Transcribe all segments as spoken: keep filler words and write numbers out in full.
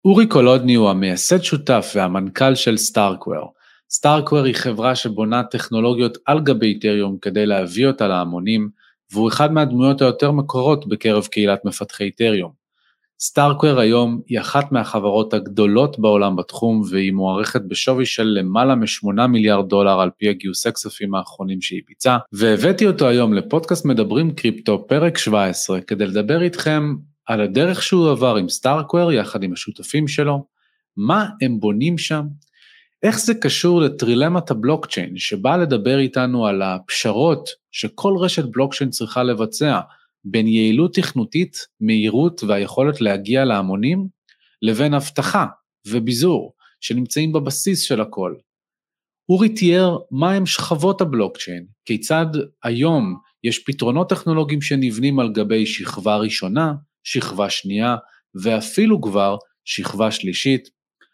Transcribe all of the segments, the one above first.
אורי קולודני הוא המייסד שותף והמנכ"ל של סטארקוור. סטארקוור היא חברה שבונה טכנולוגיות על גבי איתריום כדי להביא אותה להמונים, והוא אחד מהדמויות היותר מקורות בקרב קהילת מפתחי איתריום. סטארקוור היום היא אחת מהחברות הגדולות בעולם בתחום, והיא מוערכת בשווי של למעלה משמונה מיליארד דולר על פי הגיוס הכספים האחרונים שהיא ביצעה, והבאתי אותו היום לפודקאסט מדברים קריפטו פרק שבע עשרה כדי לדבר איתכם על הדרך שהוא עבר עם סטארקוור יחד עם השותפים שלו, מה הם בונים שם, איך זה קשור לטרילמת הבלוקצ'יין שבא לדבר איתנו על הפשרות שכל רשת בלוקצ'יין צריכה לבצע, בין יעילות תכנותית, מהירות והיכולת להגיע להמונים, לבין הבטחה וביזור שנמצאים בבסיס של הכל. אורי תיאר מה הם שכבות הבלוקצ'יין, כיצד היום יש פתרונות טכנולוגיים שנבנים על גבי שכבה ראשונה, שכבה שנייה, ואפילו כבר שכבה שלישית,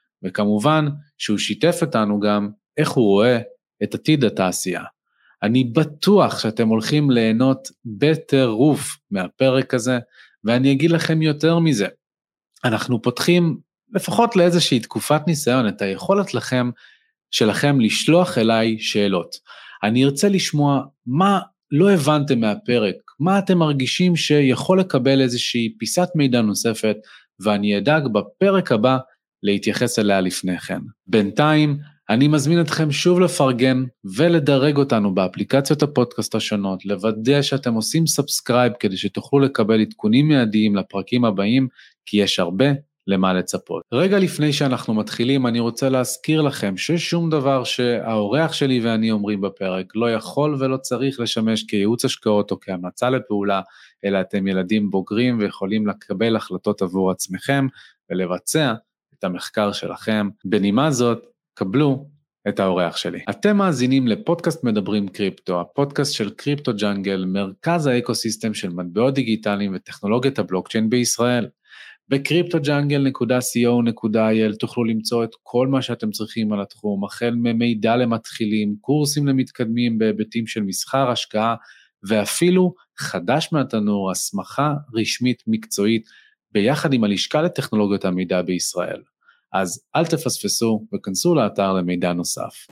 וכמובן שהוא שיתף אותנו גם איך הוא רואה את עתיד התעשייה. אני בטוח שאתם הולכים ליהנות בטירוף מהפרק הזה, ואני אגיד לכם יותר מזה. אנחנו פותחים לפחות לאיזושהי תקופת ניסיון את היכולת לכם, שלכם לשלוח אליי שאלות. אני ארצה לשמוע מה לא הבנתם מהפרק, מה אתם מרגישים שיכול לקבל איזושהי פיסת מידע נוספת, ואני אדאג בפרק הבא להתייחס אליה לפני כן. בינתיים, אני מזמין אתכם שוב לפרגן ולדרג אותנו באפליקציות הפודקאסט השונות, לוודא שאתם עושים סאבסקרייב כדי שתוכלו לקבל עדכונים מיידיים לפרקים הבאים, כי יש הרבה למה לצפות. רגע לפני שאנחנו מתחילים, אני רוצה להזכיר לכם ששום דבר שהאורח שלי ואני אומרים בפרק לא יכול ולא צריך לשמש כייעוץ השקעות או כהמלצה לפעולה, אלא אתם ילדים בוגרים ויכולים לקבל החלטות עבור עצמכם ולבצע את המחקר שלכם. בנימה זאת, קבלו את האורח שלי. אתם מאזינים לפודקאסט מדברים קריפטו, הפודקאסט של קריפטו ג'אנגל, מרכז האקוסיסטם של מטבעות דיגיטליים וטכנולוגיית הבלוקצ'יין בישראל. ב-קריפטו ג'אנגל נקודה סי או נקודה איי אל תוכלו למצוא את כל מה שאתם צריכים על התחום, החל ממידע למתחילים, קורסים למתקדמים בהיבטים של מסחר, השקעה, ואפילו חדש מהתנור, הסמכה רשמית מקצועית, ביחד עם הלשכה לטכנולוגיות המידע בישראל. אז אל תפספסו וכנסו לאתר למידע נוסף.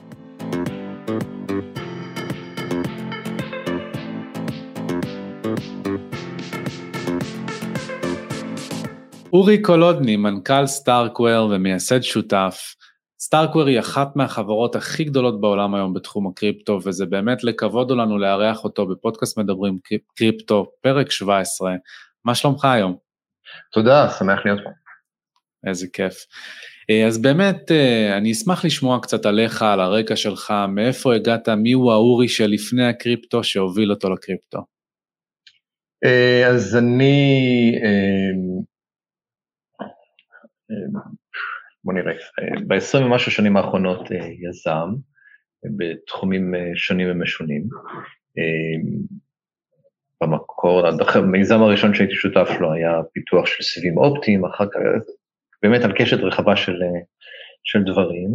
אורי קולודני, מנכ"ל סטארקוור ומייסד שותף. סטארקוור היא אחת מהחברות הכי גדולות בעולם היום בתחום הקריפטו, וזה באמת לכבוד לנו לארח אותו בפודקאסט מדברים קריפטו, פרק שבע עשרה. מה שלומך היום? תודה, שמח להיות פה. איזה כיף. אז באמת, אני אשמח לשמוע קצת עליך, על הרקע שלך, מאיפה הגעת, מי הוא האורי שלפני הקריפטו שהוביל אותו לקריפטו? אז אני, בוא נראה, ב-עשרים ומשהו שנים האחרונות יזם, בתחומים שונים ומשונים. במקור, המיזם הראשון שהייתי שותף לו היה פיתוח של סיבים אופטיים, אחר כך באמת על קשת רחבה של, של דברים.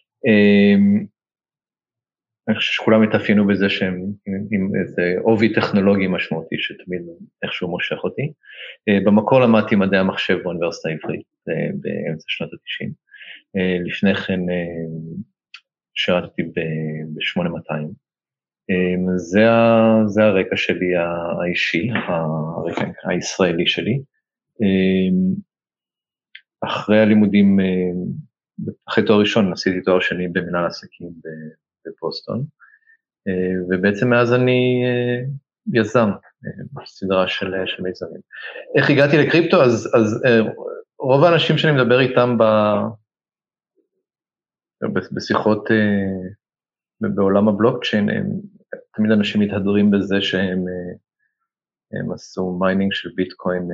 אני חושב שכולם התאפיינו בזה שהם עם איזה עובי טכנולוגי משמעותי שתמיד איכשהו מושך אותי. במקור למדתי מדעי המחשב באוניברסיטה העברית באמצע שנות ה-תשעים. לפני כן שירתתי ב-שמונה מאתיים. זה, זה הרקע שלי האישי, הרקע הישראלי שלי. אחרי הלימודים, אחרי תואר ראשון, עשיתי תואר שני במנהל עסקים בפוסטון, ובעצם מאז אני יזם, בסדרה של, של מיזמים. איך הגעתי לקריפטו? אז, אז רוב האנשים שאני מדבר איתם ב, בשיחות בעולם הבלוקצ'יין, הם, תמיד אנשים מתהדרים בזה שהם הם עשו מיינינג של ביטקוין,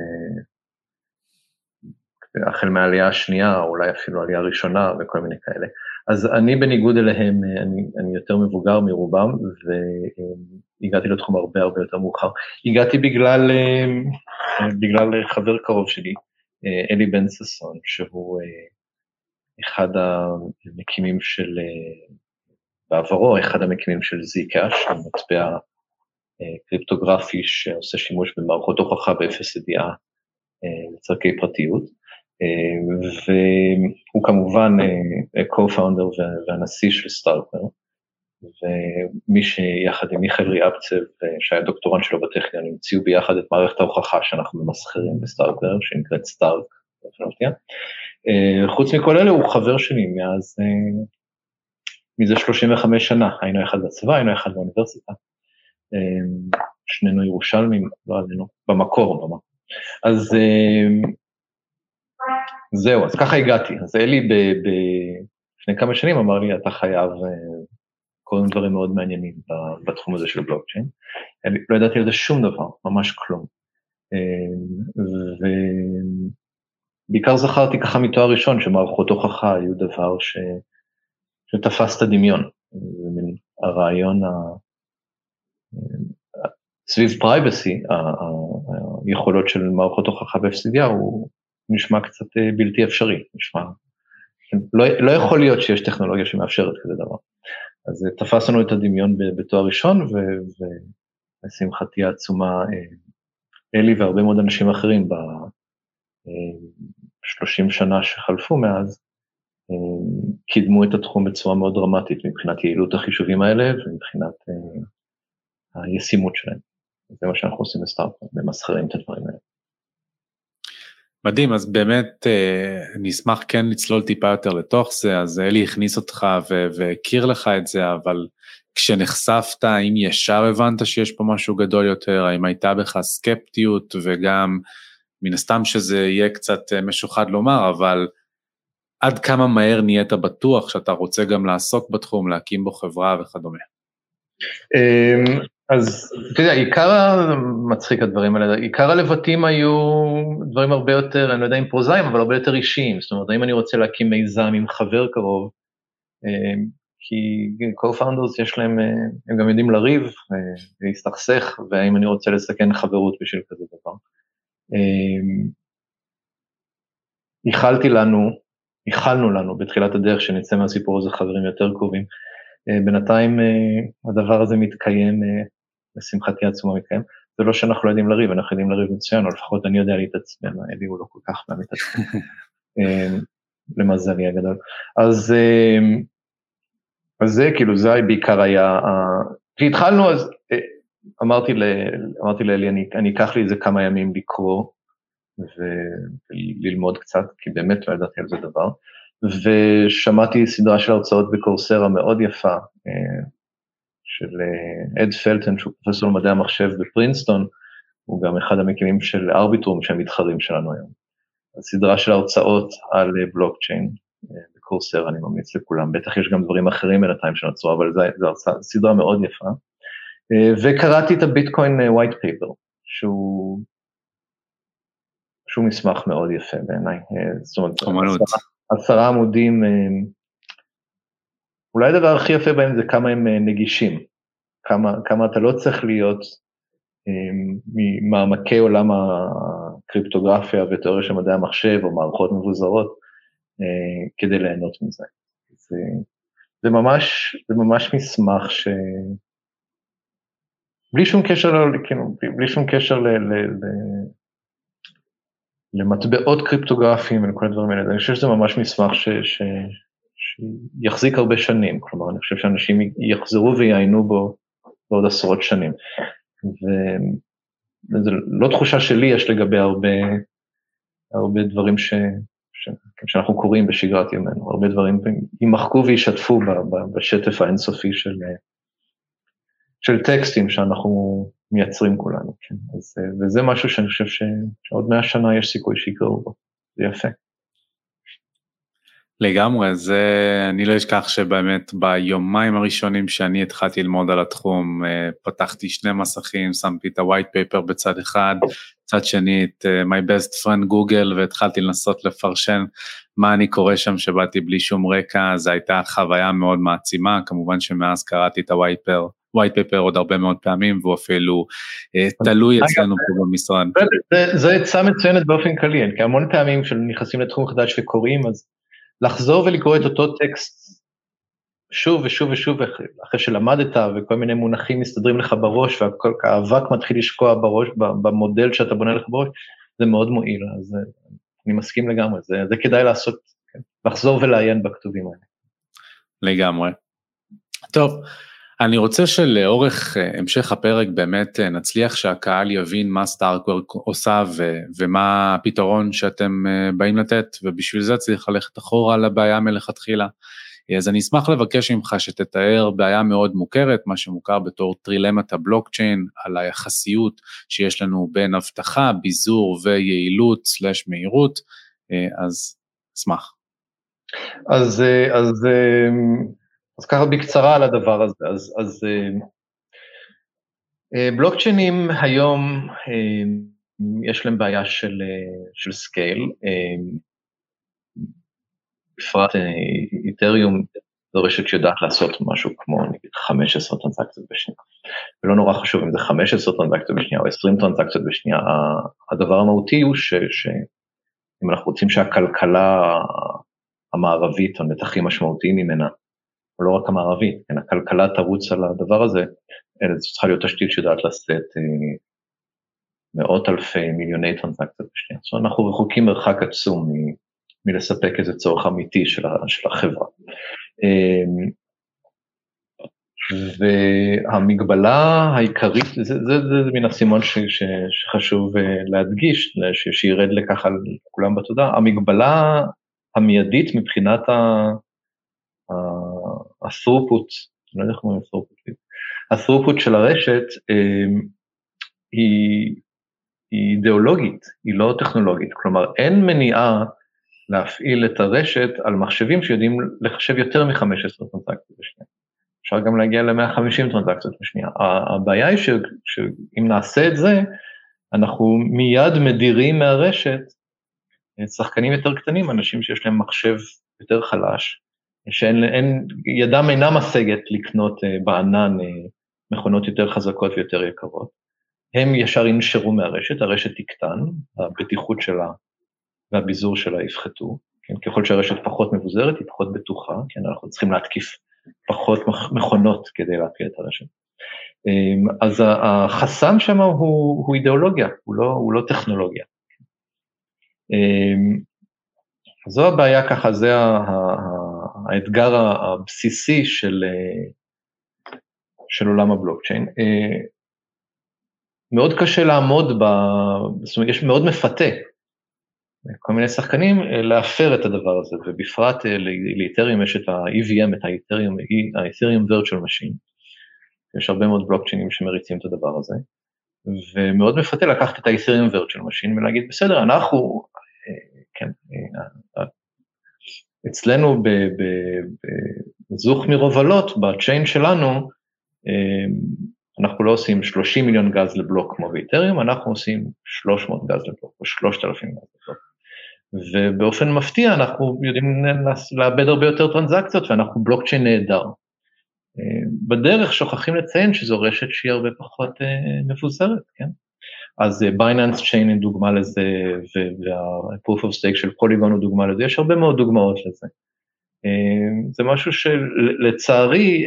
החל מהעלייה השנייה, או אולי אפילו העלייה הראשונה, וכל מיני כאלה. אז אני בניגוד אליהם, אני, אני יותר מבוגר מרובם, והגעתי לתחום הרבה הרבה יותר מאוחר. הגעתי בגלל, בגלל חבר קרוב שלי, אלי בן ששון, שהוא אחד המקימים של, בעברו, אחד המקימים של זיקאש, מטבע קריפטוגרפי שעושה שימוש במערכות הוכחה באפס ידיעה לצורכי פרטיות. והוא כמובן co-founder והנשיא של סטארקוור, ומי שיחד עם מיכאל ריאבצב, שהיה דוקטורנט שלו בטכניון, המציאו ביחד את מערכת ההוכחה שאנחנו ממסחרים בסטארקוור, שנקראת סטארק, חוץ מכל אלה הוא חבר שלי מאז, מזה שלושים וחמש שנה, היינו אחד בצבא, היינו אחד באוניברסיטה, שנינו ירושלמים, לא עלינו, במקור, במקור. אז זהו, אז ככה הגעתי, אז אלי לפני כמה שנים אמר לי, אתה חייב, קוראים דברים מאוד מעניינים בתחום הזה של בלוקצ'יין, לא ידעתי על זה שום דבר, ממש כלום, ובעיקר זכרתי ככה מתואר ראשון, שמערכות הוכחה היו דבר ש... שתפס את הדמיון, הרעיון ה... סביב פרייבסי, היכולות של מערכות הוכחה ב-אף סי די אר, הוא נשמע קצת בלתי אפשרי, נשמע, לא, לא יכול להיות שיש טכנולוגיה שמאפשרת כזה דבר. אז תפסנו את הדמיון בתואר ראשון, ולשמחתי העצומה, אלי והרבה מאוד אנשים אחרים, ב-שלושים שנה שחלפו מאז, קידמו את התחום בצורה מאוד דרמטית, מבחינת יעילות החישובים האלה, ומבחינת הישימות שלהם. זה מה שאנחנו עושים בסטארקוור, ומסחרים את הדברים האלה. מדהים, אז באמת נשמח כן לצלול טיפה יותר לתוך זה, אז אלי הכניס אותך והכיר לך את זה, אבל כשנחשפת, האם ישר הבנת שיש פה משהו גדול יותר, האם הייתה בך סקפטיות, וגם מן הסתם שזה יהיה קצת משוחד לומר, אבל עד כמה מהר נהיית בטוח שאתה רוצה גם לעסוק בתחום, להקים בו חברה וכדומה? אז אתה יודע, עיקר מצחיק הדברים האלה, עיקר הלבטים היו דברים הרבה יותר, אני לא יודע אם פרוזאיים, אבל הרבה יותר אישיים, זאת אומרת, האם אני רוצה להקים מיזם עם חבר קרוב, כי co-founders יש להם, הם גם יודעים לריב, להסתכסך, והאם אני רוצה לסכן חברות בשביל כזה דבר. איחלתי לנו, איחלנו לנו בתחילת הדרך שנצא מהסיפור הזה חברים יותר קרובים, בינתיים הדבר הזה מתקיים, לשמחתי עצומה מתקיים, זה לא שאנחנו לא יודעים לריב, אנחנו יודעים לריב מצוין, או לפחות אני יודע להתעצבן, אלי הוא לא כל כך מתעצבן, למזלי הגדול. אז, אז זה כאילו, זה בעיקר היה, כשהתחלנו אז, אמרתי, אמרתי לאלי, אני, אני אקח לי איזה כמה ימים לקרוא, וללמוד קצת, כי באמת לא ידעתי על זה דבר, ושמעתי סדרה של הרצאות בקורסרה מאוד יפה, של אד פלטון, שהוא פרופסור למדעי המחשב בפרינסטון, הוא גם אחד המקימים של ארביטרום, שהם מתחרים שלנו היום. הסדרה של הרצאות על בלוקצ'יין, בקורסרה, אני ממליץ לכולם, בטח יש גם דברים אחרים בינתיים שנוצרו, אבל זו סדרה מאוד יפה, וקראתי את הביטקוין ווייט פייפר, שהוא, שהוא מסמך מאוד יפה בעיניי, זאת אומרת, עשרה עמודים, אולי הדבר הכי יפה בהם זה כמה הם נגישים, כמה, כמה אתה לא צריך להיות ממעמקי עולם הקריפטוגרפיה ותיאוריה של מדעי המחשב או מערכות מבוזרות, כדי ליהנות מזה. זה, זה ממש, זה ממש מסמך ש... בלי שום קשר, כאילו, בלי שום קשר ל... ל, ל למטבעות קריפטוגרפיים ולכל הדברים האלה, אני חושב שזה ממש מסמך ש, ש, שיחזיק הרבה שנים, כלומר, אני חושב שאנשים יחזרו ויעיינו בו בעוד עשרות שנים, וזו לא תחושה שלי, יש לגבי הרבה, הרבה דברים ש, ש, שאנחנו קוראים בשגרת ימינו, הרבה דברים יימחקו וישתפו בשטף האינסופי של, של טקסטים שאנחנו מייצרים כולנו, כן? אז, וזה משהו שאני חושב ש, שעוד מאה שנה יש סיכוי שיקראו בו, זה יפה. לגמרי, זה, אני לא אשכח שבאמת ביומיים הראשונים שאני התחלתי ללמוד על התחום, פתחתי שני מסכים, שמתי את ה-white paper בצד אחד, צד שני את my best friend גוגל, והתחלתי לנסות לפרשן מה אני קורא שם שבאתי בלי שום רקע, זו הייתה חוויה מאוד מעצימה, כמובן שמאז קראתי את ה-white paper, white paper עוד הרבה מאוד פעמים, והוא אפילו תלוי אצלנו פה במשרד. זה עצה מצוינת באופן כללי, כי המון פעמים שנכנסים לתחום חדש וקוראים, אז לחזור ולקרוא את אותו טקסט שוב ושוב ושוב, אחרי שלמדת וכל מיני מונחים מסתדרים לך בראש, והאבק מתחיל לשקוע בראש, במודל שאתה בונה לך בראש, זה מאוד מועיל. אז אני מסכים לגמרי, זה, זה כדאי לעשות, כן, לחזור ולעיין בכתובים האלה. לגמרי. טוב, אני רוצה שלאורך המשך הפרק באמת נצליח שהקהל יבין מה סטארקוור עושה ו- ומה הפתרון שאתם באים לתת, ובשביל זה צריך ללכת אחורה לבעיה מלכתחילה. אז אני אשמח לבקש ממך שתתאר בעיה מאוד מוכרת, מה שמוכר בתור טרילמת הבלוקצ'יין, על היחסיות שיש לנו בין הבטחה, ביזור ויעילות סלש מהירות, אז אשמח. אז, אז, אז ככה בקצרה על הדבר הזה, אז, אז בלוקצ'יינים היום יש להם בעיה של, של סקייל, בפרט איתריום זו רשת שיודעת לעשות משהו כמו נגיד חמש עשרה טרנזקציות בשנייה, ולא נורא חשוב אם זה חמש עשרה טרנזקציות בשנייה או עשרים טרנזקציות בשנייה, הדבר המהותי הוא ש, שאם אנחנו רוצים שהכלכלה המערבית, הנתחים משמעותיים ממנה, או לא רק המערבית, כן, הכלכלה תרוץ על הדבר הזה, אלא זו צריכה להיות תשתית שיודעת לשאת מאות אלפי מיליוני טרנזקציות בשנייה, זאת אומרת, אנחנו רחוקים מרחק עצום מ... מלספק איזה צורך אמיתי של, של החברה. והמגבלה העיקרית, זה, זה, זה, זה מן הסימון ש, ש, שחשוב להדגיש, ש, שירד לכך על כולם בתודעה, המגבלה המיידית מבחינת ה-throughput, אני לא יודע איך אומרים throughput, ה-throughput של הרשת היא, היא אידיאולוגית, היא לא טכנולוגית, כלומר אין מניעה להפעיל את הרשת על מחשבים שיודעים לחשב יותר מ-חמש עשרה טרנזקציות בשנייה. אפשר גם להגיע ל-מאה וחמישים טרנזקציות בשנייה. הבעיה היא שאם נעשה את זה, אנחנו מיד מדירים מהרשת שחקנים יותר קטנים, אנשים שיש להם מחשב יותר חלש, שאין, אין, ידם אינה משגת לקנות בענן מכונות יותר חזקות ויותר יקרות. הם ישר ינשרו מהרשת, הרשת תקטן, הבטיחות שלה והביזור שלה יפחתו, כן? ככל שהרשת פחות מבוזרת, היא פחות בטוחה, כן? אנחנו צריכים להתקיף פחות מכונות כדי להפיל את הרשת. אז החסם שם הוא, הוא אידיאולוגיה, הוא לא, הוא לא טכנולוגיה. זו הבעיה ככה, זה האתגר הבסיסי של, של עולם הבלוקצ'יין. מאוד קשה לעמוד ב... זאת אומרת, יש מאוד מפתה, כל מיני שחקנים, להפר את הדבר הזה, ובפרט לאיתריום יש את ה-אי וי אם, את האיתריום, האיתריום Virtual Machine, יש הרבה מאוד בלוקצ'יינים שמריצים את הדבר הזה, ומאוד מפתה לקחת את האיתריום Virtual Machine ולהגיד, בסדר, אנחנו, כן, אצלנו בזוך מרובלות, בצ'יין שלנו, אנחנו לא עושים שלושים מיליון גז לבלוק כמו באיתריום, אנחנו עושים שלוש מאות גז לבלוק, או שלושת אלפים גז לבלוק. ובאופן מפתיע אנחנו יודעים לאבד הרבה יותר טרנזקציות, ואנחנו בלוקצ'יין נהדר. בדרך שוכחים לציין שזו רשת שהיא הרבה פחות מבוזרת, כן? אז בייננס צ'יין היא דוגמה לזה, וה-Proof of Stake של פוליגון הוא דוגמה לזה, יש הרבה מאוד דוגמאות לזה. זה משהו שלצערי,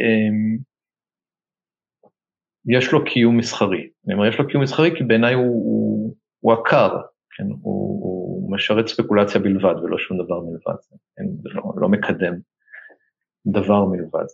יש לו קיום מסחרי. אני אומר, יש לו קיום מסחרי כי בעיניי הוא, הוא, הוא עקר, כן? הוא, הוא משרת ספקולציה בלבד ולא שום דבר מלבד. כן? לא, לא מקדם דבר מלבד.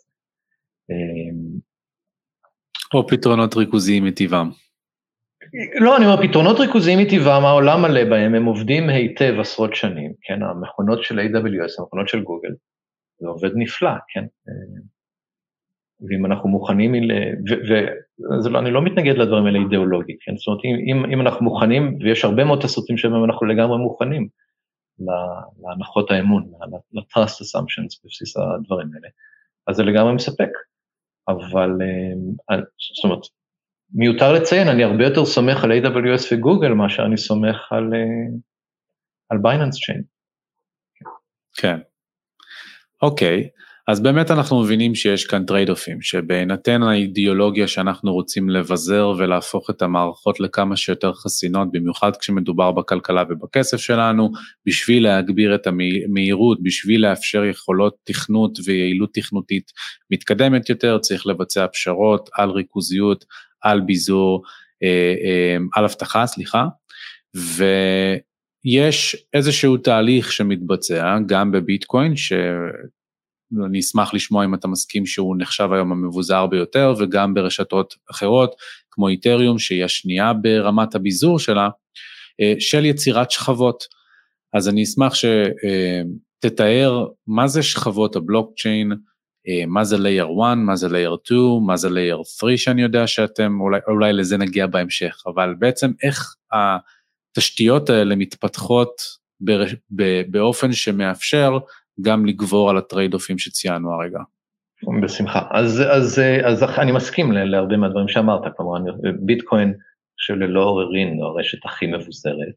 או פתרונות ריכוזיים מטבעם. לא, אני אומר, פתרונות ריכוזיים מטבעם, העולם מלא בהם, הם עובדים היטב עשרות שנים, כן? המכונות של איי דאבליו אס, המכונות של גוגל, זה עובד נפלא, כן? ואם אנחנו מוכנים, ואני לא מתנגד לדברים האלה אידיאולוגית, כן? זאת אומרת, אם, אם אנחנו מוכנים, ויש הרבה מאוד תסריטים שבהם אנחנו לגמרי מוכנים להנחות האמון, ל-trust assumptions בבסיס הדברים האלה, אז זה לגמרי מספק. אבל, זאת אומרת, מיותר לציין, אני הרבה יותר סומך על איי דאבליו אס וגוגל, מאשר אני סומך על, על בייננס צ'יין. כן. אוקיי. אז באמת אנחנו מבינים שיש כאן טרייד-אופים, שבהינתן האידיאולוגיה שאנחנו רוצים לבזר ולהפוך את המערכות לכמה שיותר חסינות, במיוחד כשמדובר בכלכלה ובכסף שלנו, בשביל להגביר את המהירות, בשביל לאפשר יכולות תכנות ויעילות תכנותית מתקדמת יותר, צריך לבצע פשרות על ריכוזיות, על ביזור, על הבטחה, סליחה, ו... יש איזשהו תהליך שמתבצע, גם בביטקוין, שאני אשמח לשמוע אם אתה מסכים שהוא נחשב היום המבוזר ביותר, וגם ברשתות אחרות, כמו איתריום, שהיא השנייה ברמת הביזור שלה, של יצירת שכבות. אז אני אשמח שתתאר מה זה שכבות הבלוקצ'יין, מה זה layer one, מה זה layer two, מה זה layer three, שאני יודע שאתם, אולי, אולי לזה נגיע בהמשך, אבל בעצם איך התשתיות האלה מתפתחות באופן שמאפשר גם לגבור על הטרייד-אופים שציינו הרגע. בשמחה. אז, אז, אז אני מסכים להרבה מהדברים שאמרת, כלומר, ביטקוין שללא עוררין, הרשת הכי מבוזרת,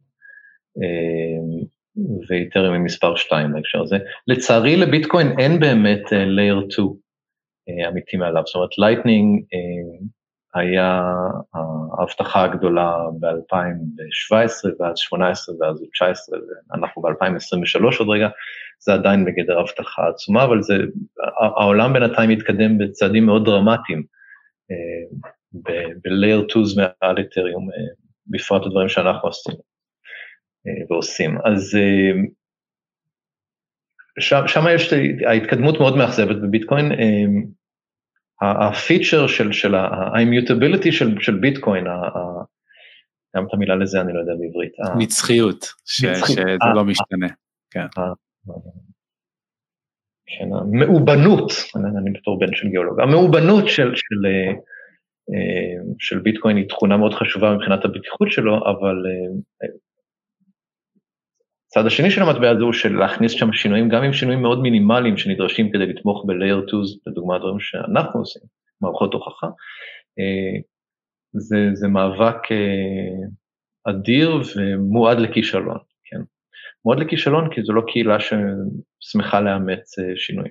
ואיתריום עם מספר שתיים בהקשר הזה. לצערי לביטקוין אין באמת layer two אמיתי מעליו, זאת אומרת, לייטנינג היה ההבטחה הגדולה ב-אלפיים שבע עשרה ואז שמונה עשרה ואז תשע עשרה, ואנחנו ב-אלפיים עשרים ושלוש עוד רגע, זה עדיין בגדר הבטחה עצומה, אבל זה, העולם בינתיים מתקדם בצעדים מאוד דרמטיים, ב-layer twos מעל איתריום, בפרט הדברים שאנחנו עשינו ועושים. אז שם, שם יש ההתקדמות מאוד מאכזבת בביטקוין, הפיצ'ר של, של ה-immutability של, של ביטקוין, גם את המילה לזה אני לא יודע בעברית. נצחיות, שזה לא משתנה. כן. המאובנות, אני בתור בן של גיאולוג, המאובנות של, של, של ביטקוין היא תכונה מאוד חשובה מבחינת הבטיחות שלו, אבל הצד השני של המטבע הזה הוא של להכניס שם שינויים, גם עם שינויים מאוד מינימליים שנדרשים כדי לתמוך ב-layer twos, לדוגמה הדברים שאנחנו עושים, מערכות הוכחה, זה, זה מאבק אדיר ומועד לכישלון, כן? מועד לכישלון כי זו לא קהילה ששמחה לאמץ שינויים.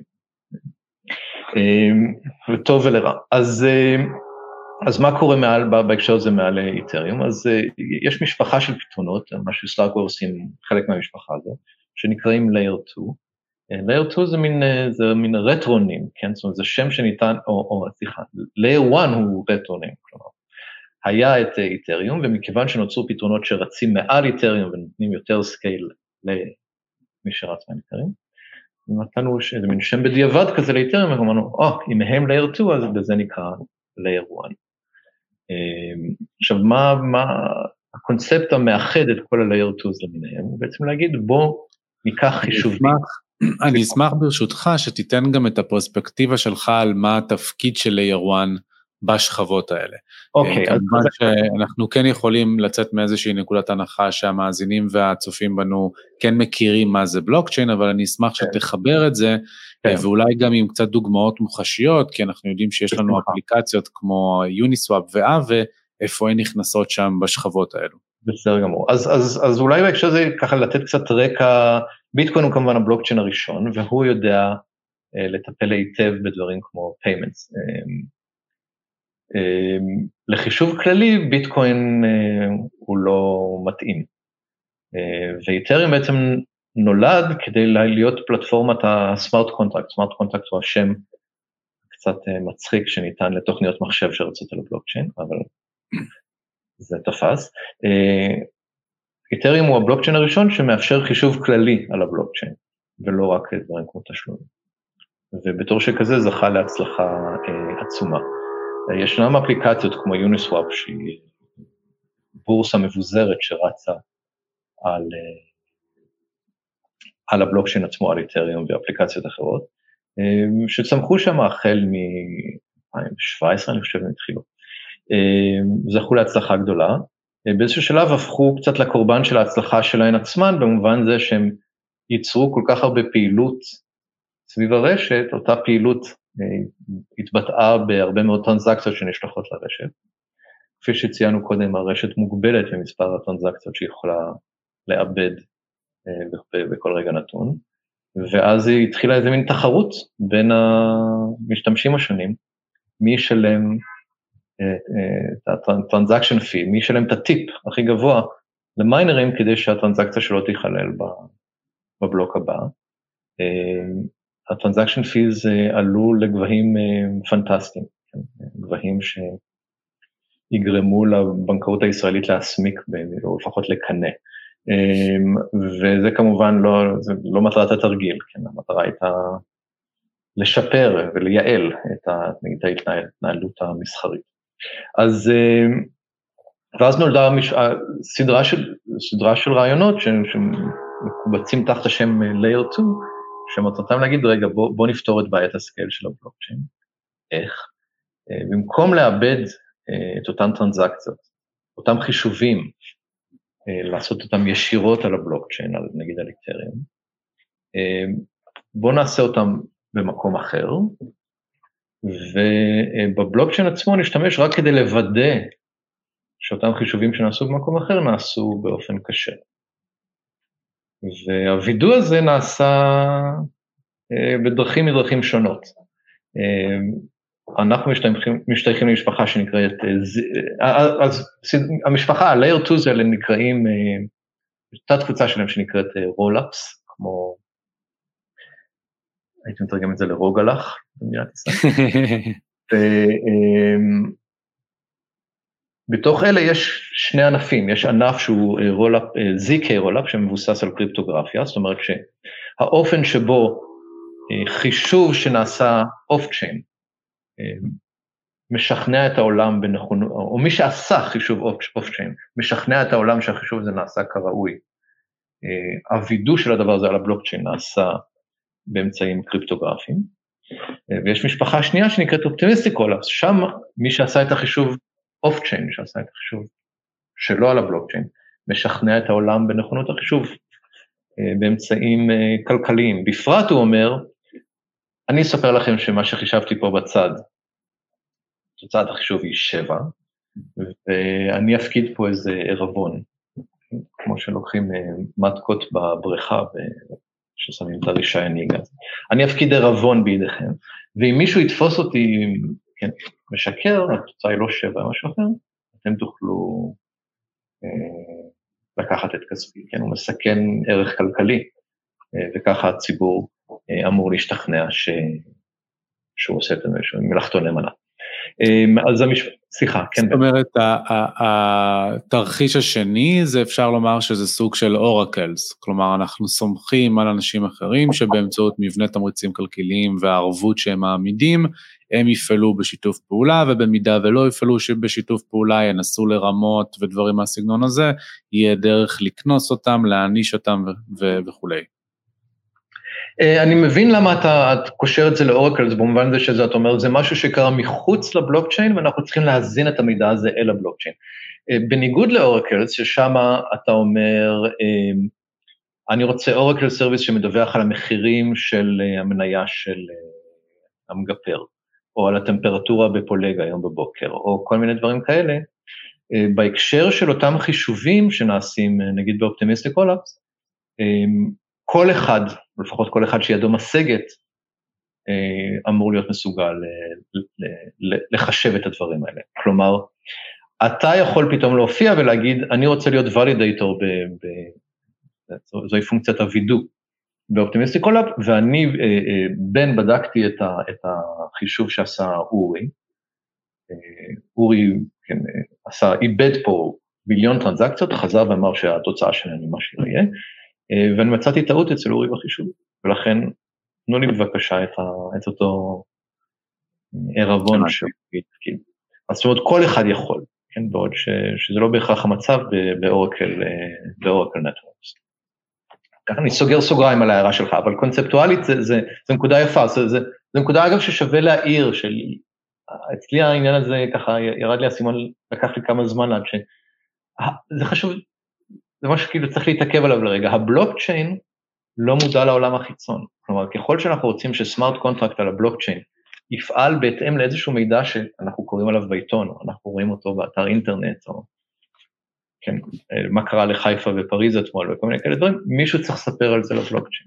וטוב ולרע. אז, אז מה קורה מעל, בהקשר הזה מעל איתריום? אז יש משפחה של פתרונות, מה שסטארקוור עושים חלק מהמשפחה הזו, שנקראים layer two. layer two זה מין, זה מין רטרונים, כן? זאת אומרת, זה שם שניתן, או, או, סליחה, layer one הוא רטרונים, כלומר. היה את איתריום, ומכיוון שנוצרו פתרונות שרצים מעל איתריום, ונותנים יותר סקייל למי שרץ מעל איתריום, נתנו איזה מין שם בדיעבד כזה לאיתריום, ואמרנו, או, אם הם layer two, אז בזה נקרא layer one. עכשיו, מה, מה הקונספט המאחד את כל ה-layer twos למיניהם, הוא בעצם להגיד, בוא ניקח חישובים. אני אשמח ברשותך שתיתן גם את הפרספקטיבה שלך על מה התפקיד של layer one בשכבות האלה. אוקיי. כמובן שאנחנו כן יכולים לצאת מאיזושהי נקודת הנחה שהמאזינים והצופים בנו כן מכירים מה זה בלוקצ'יין, אבל אני אשמח שתחבר את זה, ואולי גם עם קצת דוגמאות מוחשיות, כי אנחנו יודעים שיש לנו אפליקציות כמו יוניסוואפ ואווה, איפה הן נכנסות שם בשכבות האלו. בסדר גמור. אז, אז, אז אולי בהקשר זה ככה לתת קצת רקע, ביטקוין הוא כמובן הבלוקצ'יין הראשון, והוא יודע לטפל היטב בדברים כמו payments. לחישוב כללי, ביטקוין הוא לא מתאים. ואיתריום בעצם נולד כדי להיות פלטפורמת הסמארט קונטרקט. סמארט קונטרקט הוא השם קצת מצחיק שניתן לתוכניות מחשב שרצות על הבלוקצ'יין, אבל זה תפס. איתריום הוא הבלוקצ'יין הראשון שמאפשר חישוב כללי על הבלוקצ'יין, ולא רק דברים כמו תשלום. ובתור שכזה זכה להצלחה עצומה. ישנם אפליקציות כמו יוניסוואפ, שהיא בורסה מבוזרת שרצה על, על הבלוקצ'יין עצמו, על איתריום ואפליקציות אחרות, שצמחו שם החל מ-אלפיים שבע עשרה, אני חושב, הם התחילו. זכו להצלחה גדולה. באיזשהו שלב הפכו קצת לקורבן של ההצלחה שלהן עצמן, במובן זה שהם ייצרו כל כך הרבה פעילות סביב הרשת, אותה פעילות התבטאה בהרבה מאוד טרנזקציות שנשלחות לרשת. כפי שציינו קודם, הרשת מוגבלת במספר הטרנזקציות שיכולה לאבד בכל רגע נתון, ואז היא התחילה איזה מין תחרות בין המשתמשים השונים, מי ישלם את הטרנזקשן פי, מי ישלם את הטיפ הכי גבוה למיינרים, כדי שהטרנזקציה שלו תיכלל בבלוק הבא. הטרנזקשן פיז עלו לגבהים פנטסטיים, גבהים שיגרמו לבנקאות הישראלית להסמיק, או לפחות לקנה. וזה כמובן לא, זה לא מטרת התרגיל, כן, המטרה הייתה לשפר ולייעל את ההתנהלות המסחרית. אז, ואז נולדה סדרה של, סדרה של רעיונות שמקובצים תחת השם Layer שתיים, שמטרתם להגיד, רגע, בוא, בוא נפתור את בעיית הסקייל של הבלוקצ'יין. איך? במקום לאבד את אותן טרנזקציות, אותם חישובים, לעשות אותם ישירות על הבלוקצ'יין, נגיד על איתריום, בוא נעשה אותם במקום אחר, ובבלוקצ'יין עצמו נשתמש רק כדי לוודא שאותם חישובים שנעשו במקום אחר נעשו באופן קשה. והווידוא הזה נעשה בדרכים מדרכים שונות. אנחנו משתייכים, משתייכים למשפחה שנקראת, אז המשפחה, ה-Layer שתיים האלה נקראים, תת קבוצה שלהם שנקראת רולאפס, כמו, הייתי מתרגם את זה לרוגלח, במדינת ישראל. בתוך אלה יש שני ענפים, יש ענף שהוא רולאפ, זי קיי רולאפ, שמבוסס על קריפטוגרפיה, זאת אומרת שהאופן שבו חישוב שנעשה אוף-צ'יין, משכנע את העולם בנכונות, או מי שעשה חישוב אוף-צ'יין, משכנע את העולם שהחישוב הזה נעשה כראוי. הווידוא של הדבר הזה על הבלוקצ'יין נעשה באמצעים קריפטוגרפיים, ויש משפחה שנייה שנקראת אופטימיסטיק רולאפס, שם מי שעשה את החישוב אוף-צ'יין, מי שעשה את החישוב שלא על הבלוקצ'יין, משכנע את העולם בנכונות החישוב באמצעים כלכליים. בפרט הוא אומר, אני אספר לכם שמה שחישבתי פה בצד, תוצאת החישוב היא שבע, ואני אפקיד פה איזה ערבון, כמו שלוקחים מתקות בבריכה, ששמים את הרישיון הנהיגה. אני אפקיד ערבון בידיכם, ואם מישהו יתפוס אותי, כן, משקר, התוצאה היא לא שבע, משהו אחר, אתם תוכלו אה, לקחת את כספי, כן, הוא מסכן ערך כלכלי, אה, וככה הציבור אה, אמור להשתכנע ש... שהוא עושה את מלאכתו נאמנה. אה, אז המשפט, סליחה, כן. זאת אומרת, התרחיש השני, זה אפשר לומר שזה סוג של אורקלס, כלומר, אנחנו סומכים על אנשים אחרים, שבאמצעות מבנה תמריצים כלכליים והערבות שהם מעמידים, הם יפעלו בשיתוף פעולה, ובמידה ולא יפעלו בשיתוף פעולה, ינסו לרמות ודברים מהסגנון הזה, יהיה דרך לקנוס אותם, להעניש אותם וכו'. אני מבין למה אתה קושר את זה לאורקלס, במובן זה שזה, אתה אומר, זה משהו שקרה מחוץ לבלוקצ'יין, ואנחנו צריכים להזין את המידע הזה אל הבלוקצ'יין. בניגוד לאורקלס, ששם אתה אומר, אני רוצה אורקל סרוויס שמדווח על המחירים של המניה של המגפר, או על הטמפרטורה בפולג היום בבוקר, או כל מיני דברים כאלה, בהקשר של אותם חישובים שנעשים, נגיד באופטימיסטיק רולאפס, כל אחד, לפחות כל אחד שידו משגת, אמור להיות מסוגל לחשב את הדברים האלה. כלומר, אתה יכול פתאום להופיע ולהגיד, אני רוצה להיות ולידייטור, זוהי פונקציית הווידוא באופטימיסטיק רולאפ, ואני בין בדקתי את החישוב שעשה אורי, אורי עשה, איבד פה מיליון טרנזקציות, חזר ואמר שהתוצאה שלנו מה שלא יהיה, ואני מצאתי טעות אצל אורי בחישוב, ולכן תנו לי בבקשה את אותו ערבון שהתקיד. אז זאת אומרת, כל אחד יכול, כן, בעוד שזה לא בהכרח המצב באורקל נטוורקס. ככה אני סוגר סוגריים על ההערה שלך, אבל קונספטואלית זה, זה, זה נקודה יפה, זה, זה, זה נקודה אגב ששווה להעיר, של, אצלי העניין הזה ככה ירד לי הסימון, לקח לי כמה זמן עד ש... זה חשוב, זה משהו כאילו צריך להתעכב עליו לרגע, הבלוקצ'יין לא מודע לעולם החיצון, כלומר ככל שאנחנו רוצים שסמארט קונטרקט על הבלוקצ'יין יפעל בהתאם לאיזשהו מידע שאנחנו קוראים עליו בעיתון, או אנחנו רואים אותו באתר אינטרנט, או כן, מה קרה לחיפה ופריז אתמול, וכל מיני כאלה דברים, מישהו צריך לספר על זה לבלוקצ'יין.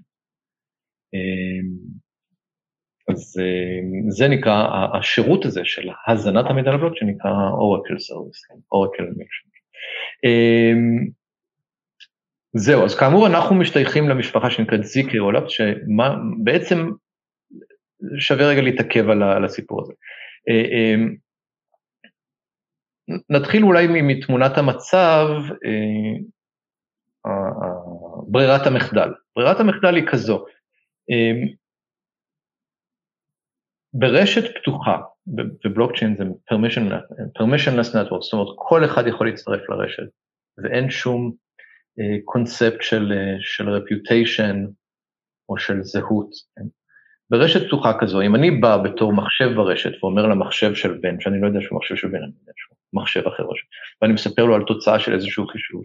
אז זה נקרא, השירות הזה של הזנת המידע לבלוקצ'יין נקרא Oracle Service, Oracle Mission. זהו, אז כאמור אנחנו משתייכים למשפחה שנקראת זי קיי רולאפ, שבעצם שווה רגע להתעכב על הסיפור הזה. נתחיל אולי מתמונת המצב, ברירת המחדל. ברירת המחדל היא כזו, ברשת פתוחה, בבלוקצ'יין זה permissionless network, זאת אומרת, כל אחד יכול להצטרף לרשת, ואין שום קונספט של, של reputation או של זהות. ברשת פתוחה כזו, אם אני בא בתור מחשב ברשת ואומר למחשב של בן, שאני לא יודע שהוא מחשב של בן, אני יודע שהוא מחשב אחר, ואני מספר לו על תוצאה של איזשהו חישוב,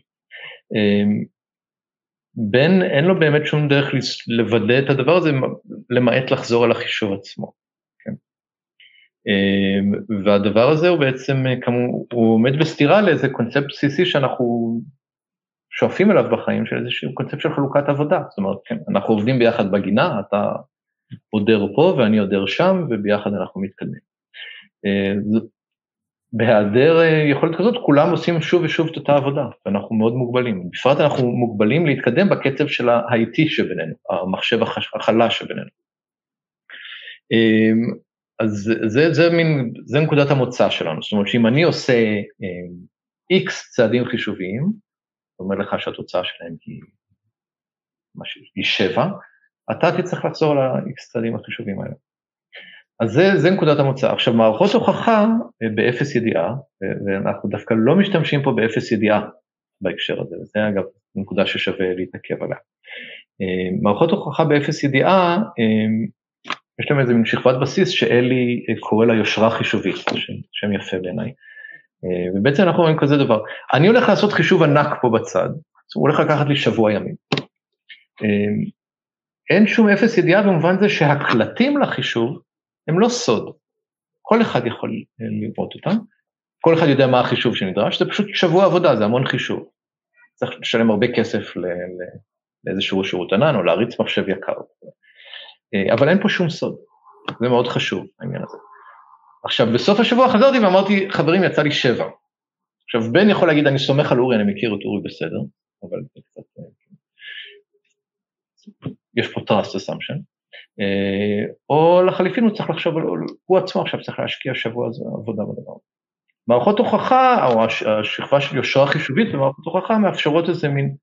בן אין לו באמת שום דרך לוודא את הדבר הזה, למעט לחזור על החישוב עצמו. כן? והדבר הזה הוא בעצם, כמו, הוא עומד בסתירה לאיזה קונספט בסיסי שאנחנו שואפים אליו בחיים, של איזשהו קונספט של חלוקת עבודה. זאת אומרת, כן, אנחנו עובדים ביחד בגינה, אתה עודר פה ואני עודר שם, וביחד אנחנו מתקדמים. בהיעדר יכולת כזאת, כולם עושים שוב ושוב את אותה עבודה, ואנחנו מאוד מוגבלים. בפרט אנחנו מוגבלים להתקדם בקצב של ה-איי טי שבינינו, המחשב החלש שבינינו. אז זה, זה מין, זה נקודת המוצא שלנו, זאת אומרת שאם אני עושה X צעדים חישוביים, אומר לך שהתוצאה שלהם היא, היא שבע, אתה תצטרך לחזור על ה-X צעדים החישוביים האלה. אז זה, זה נקודת המוצא. עכשיו, מערכות הוכחה באפס ידיעה, ואנחנו דווקא לא משתמשים פה באפס ידיעה בהקשר הזה, וזה אגב נקודה ששווה להתעכב עליה. מערכות הוכחה באפס ידיעה, יש להם איזה מין שכבת בסיס שאלי קורא לה יושרה חישובית, שם יפה בעיניי. ובעצם אנחנו רואים כזה דבר. אני הולך לעשות חישוב ענק פה בצד, הוא הולך לקחת לי שבוע ימים. אין שום אפס ידיעה במובן זה שהקלטים לחישוב, הם לא סוד, כל אחד יכול לראות אותם, כל אחד יודע מה החישוב שנדרש, זה פשוט שבוע עבודה, זה המון חישוב, צריך לשלם הרבה כסף לאיזשהו שירות ענן, או להריץ מחשב יקר, אבל אין פה שום סוד, זה מאוד חשוב העניין הזה. עכשיו בסוף השבוע חזרתי ואמרתי, חברים יצא לי שבע, עכשיו בן יכול להגיד, אני סומך על אורי, אני מכיר את אורי בסדר, אבל קצת, יש פה trust assumption, או לחליפין הוא צריך לחשוב, הוא עצמו עכשיו צריך להשקיע שבוע עבודה בדבר. מערכות הוכחה, או השכבה של יושרה חישובית במערכות הוכחה, מאפשרות איזה מין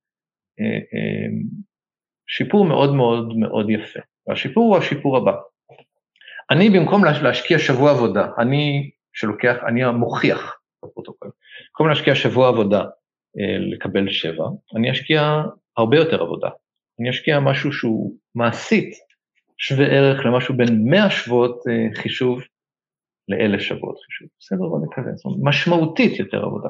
שיפור מאוד מאוד מאוד יפה. והשיפור הוא השיפור הבא. אני במקום להשקיע שבוע עבודה, אני שלוקח, אני המוכיח בפרוטוקול, במקום להשקיע שבוע עבודה לקבל שבע, אני אשקיע הרבה יותר עבודה. אני אשקיע משהו שהוא מעשית, שווה ערך למשהו בין מאה שבועות חישוב לאלף שבועות חישוב. בסדר, אבל כזה, זאת אומרת, משמעותית יותר עבודה.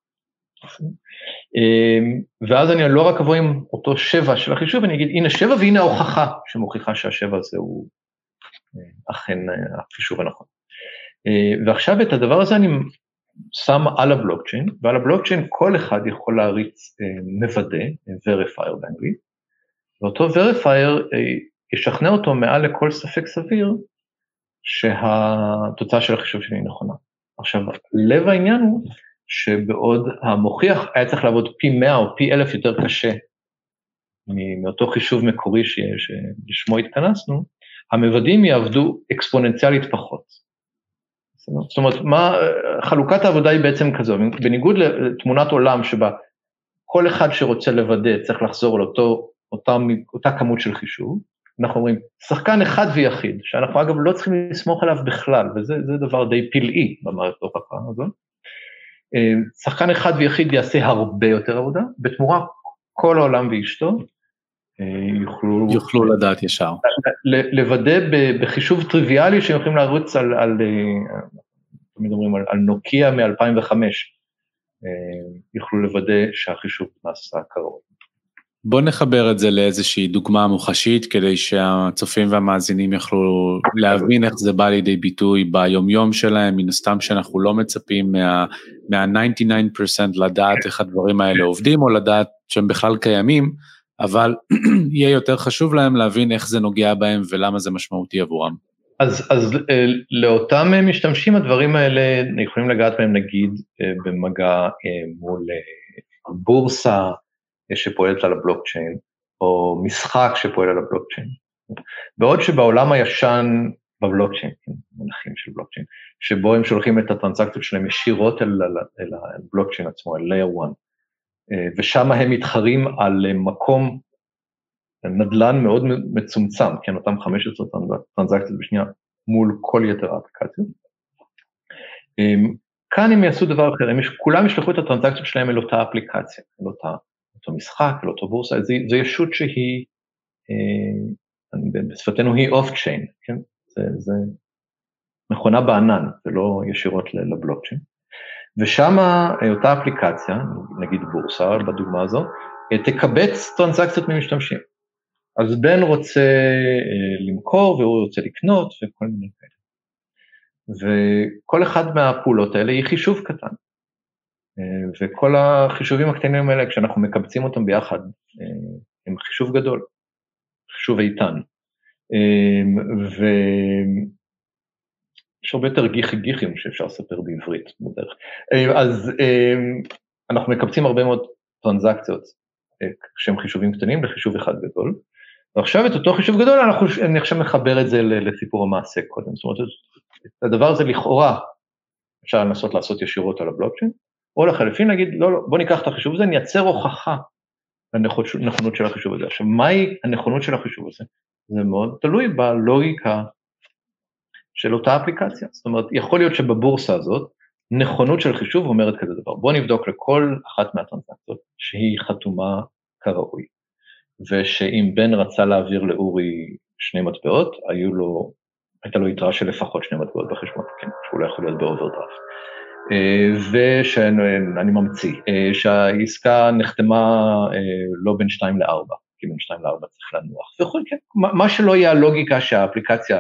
ואז אני לא רק אבוא עם אותו שבע של החישוב, אני אגיד, הנה שבע והנה ההוכחה שמוכיחה שהשבע הזה הוא אכן החישוב הנכון. ועכשיו את הדבר הזה אני שם על הבלוקצ'יין, ועל הבלוקצ'יין כל אחד יכול להריץ מוודא, verifier באנגלית, ואותו verifier ישכנע אותו מעל לכל ספק סביר, שהתוצאה של החישוב שלי נכונה. עכשיו, לב העניין הוא, שבעוד המוכיח היה צריך לעבוד פי מאה או פי אלף יותר קשה, מאותו חישוב מקורי שלשמו התכנסנו, המוודאים יעבדו אקספוננציאלית פחות. זאת אומרת, מה, חלוקת העבודה היא בעצם כזו, בניגוד לתמונת עולם שבה כל אחד שרוצה לוודא צריך לחזור לאותו, אותה, אותה כמות של חישוב, אנחנו אומרים, שחקן אחד ויחיד, שאנחנו אגב לא צריכים לסמוך עליו בכלל, וזה זה דבר די פלאי במערכת ההוכחה הזאת, שחקן אחד ויחיד יעשה הרבה יותר עבודה, בתמורה כל העולם ואשתו, יוכלו, יוכלו לדעת ישר. לוודא בחישוב טריוויאלי, שהם יכולים להרוץ על, על, תמיד אומרים, על, על נוקיה מ-אלפיים וחמש, יוכלו לוודא שהחישוב נעשה קרוב. בוא נחבר את זה לאיזושהי דוגמה מוחשית, כדי שהצופים והמאזינים יוכלו להבין איך זה בא לידי ביטוי ביומיום שלהם, מן הסתם שאנחנו לא מצפים מה, מה-תשעים ותשע אחוז לדעת איך הדברים האלה עובדים, או לדעת שהם בכלל קיימים, אבל יהיה יותר חשוב להם להבין איך זה נוגע בהם, ולמה זה משמעותי עבורם. אז, אז לאותם משתמשים, הדברים האלה יכולים לגעת בהם, נגיד, במגע מול בורסה, שפועלת על הבלוקצ'יין, או משחק שפועל על הבלוקצ'יין. בעוד שבעולם הישן, בבלוקצ'יין, מונחים של בלוקצ'יין, שבו הם שולחים את הטרנסקציות שלהם ישירות אל, אל, אל הבלוקצ'יין עצמו, אל layer one. ושם הם מתחרים על מקום נדל"ן מאוד מצומצם, כן, אותם חמש עשרה טרנזקציות בשנייה מול כל יתר האפליקציות. כאן הם יעשו דבר אחר, הם כולם ישלחו את הטרנזקציות שלהם אל אותה אפליקציה, אל אותה, אותו משחק, אל אותו בורסה, זה, זה ישות שהיא, בשפתנו היא אוף-צ'יין, כן, זה, זה מכונה בענן, זה לא ישירות לבלוקצ'יין. ושם אותה אפליקציה, נגיד בורסה, בדוגמה הזו, תקבץ טרנזקציות ממשתמשים. אז בן רוצה למכור, והוא רוצה לקנות, וכל מיני כאלה. וכל אחד מהפעולות האלה היא חישוב קטן. וכל החישובים הקטנים האלה, כשאנחנו מקבצים אותם ביחד, הם חישוב גדול, חישוב איתן. ויש הרבה יותר גיחי גיחים שאפשר לספר בעברית בדרך. אז אנחנו מקבצים הרבה מאוד טרנזקציות שהם חישובים קטנים לחישוב אחד גדול, ועכשיו את אותו חישוב גדול אנחנו, אני עכשיו מחבר את זה לסיפור המעשה קודם, זאת אומרת, הדבר הזה לכאורה אפשר לנסות לעשות ישירות על הבלוקצ'יין, או לחלופין נגיד, לא, לא, בוא ניקח את החישוב הזה, נייצר הוכחה לנכונות של החישוב הזה. עכשיו, מהי הנכונות של החישוב הזה? זה מאוד תלוי בלוגיקה של אותה אפליקציה. זאת אומרת, יכול להיות שבבורסה הזאת, נכונות של חישוב אומרת כזה דבר. בוא נבדוק לכל אחת מהטרנזקציות שהיא חתומה כראוי. ושאם בן רצה להעביר לאורי שני מטבעות, היו לו, הייתה לו יתרה של לפחות שני מטבעות בחשבון, כן, שהוא לא יכול להיות באוברדרפט. ושאני ממציא, שהעסקה נחתמה לא בין שתיים לארבע, כי בין שתיים לארבע צריך לנוח. וכל כן, מה שלא יהיה הלוגיקה שהאפליקציה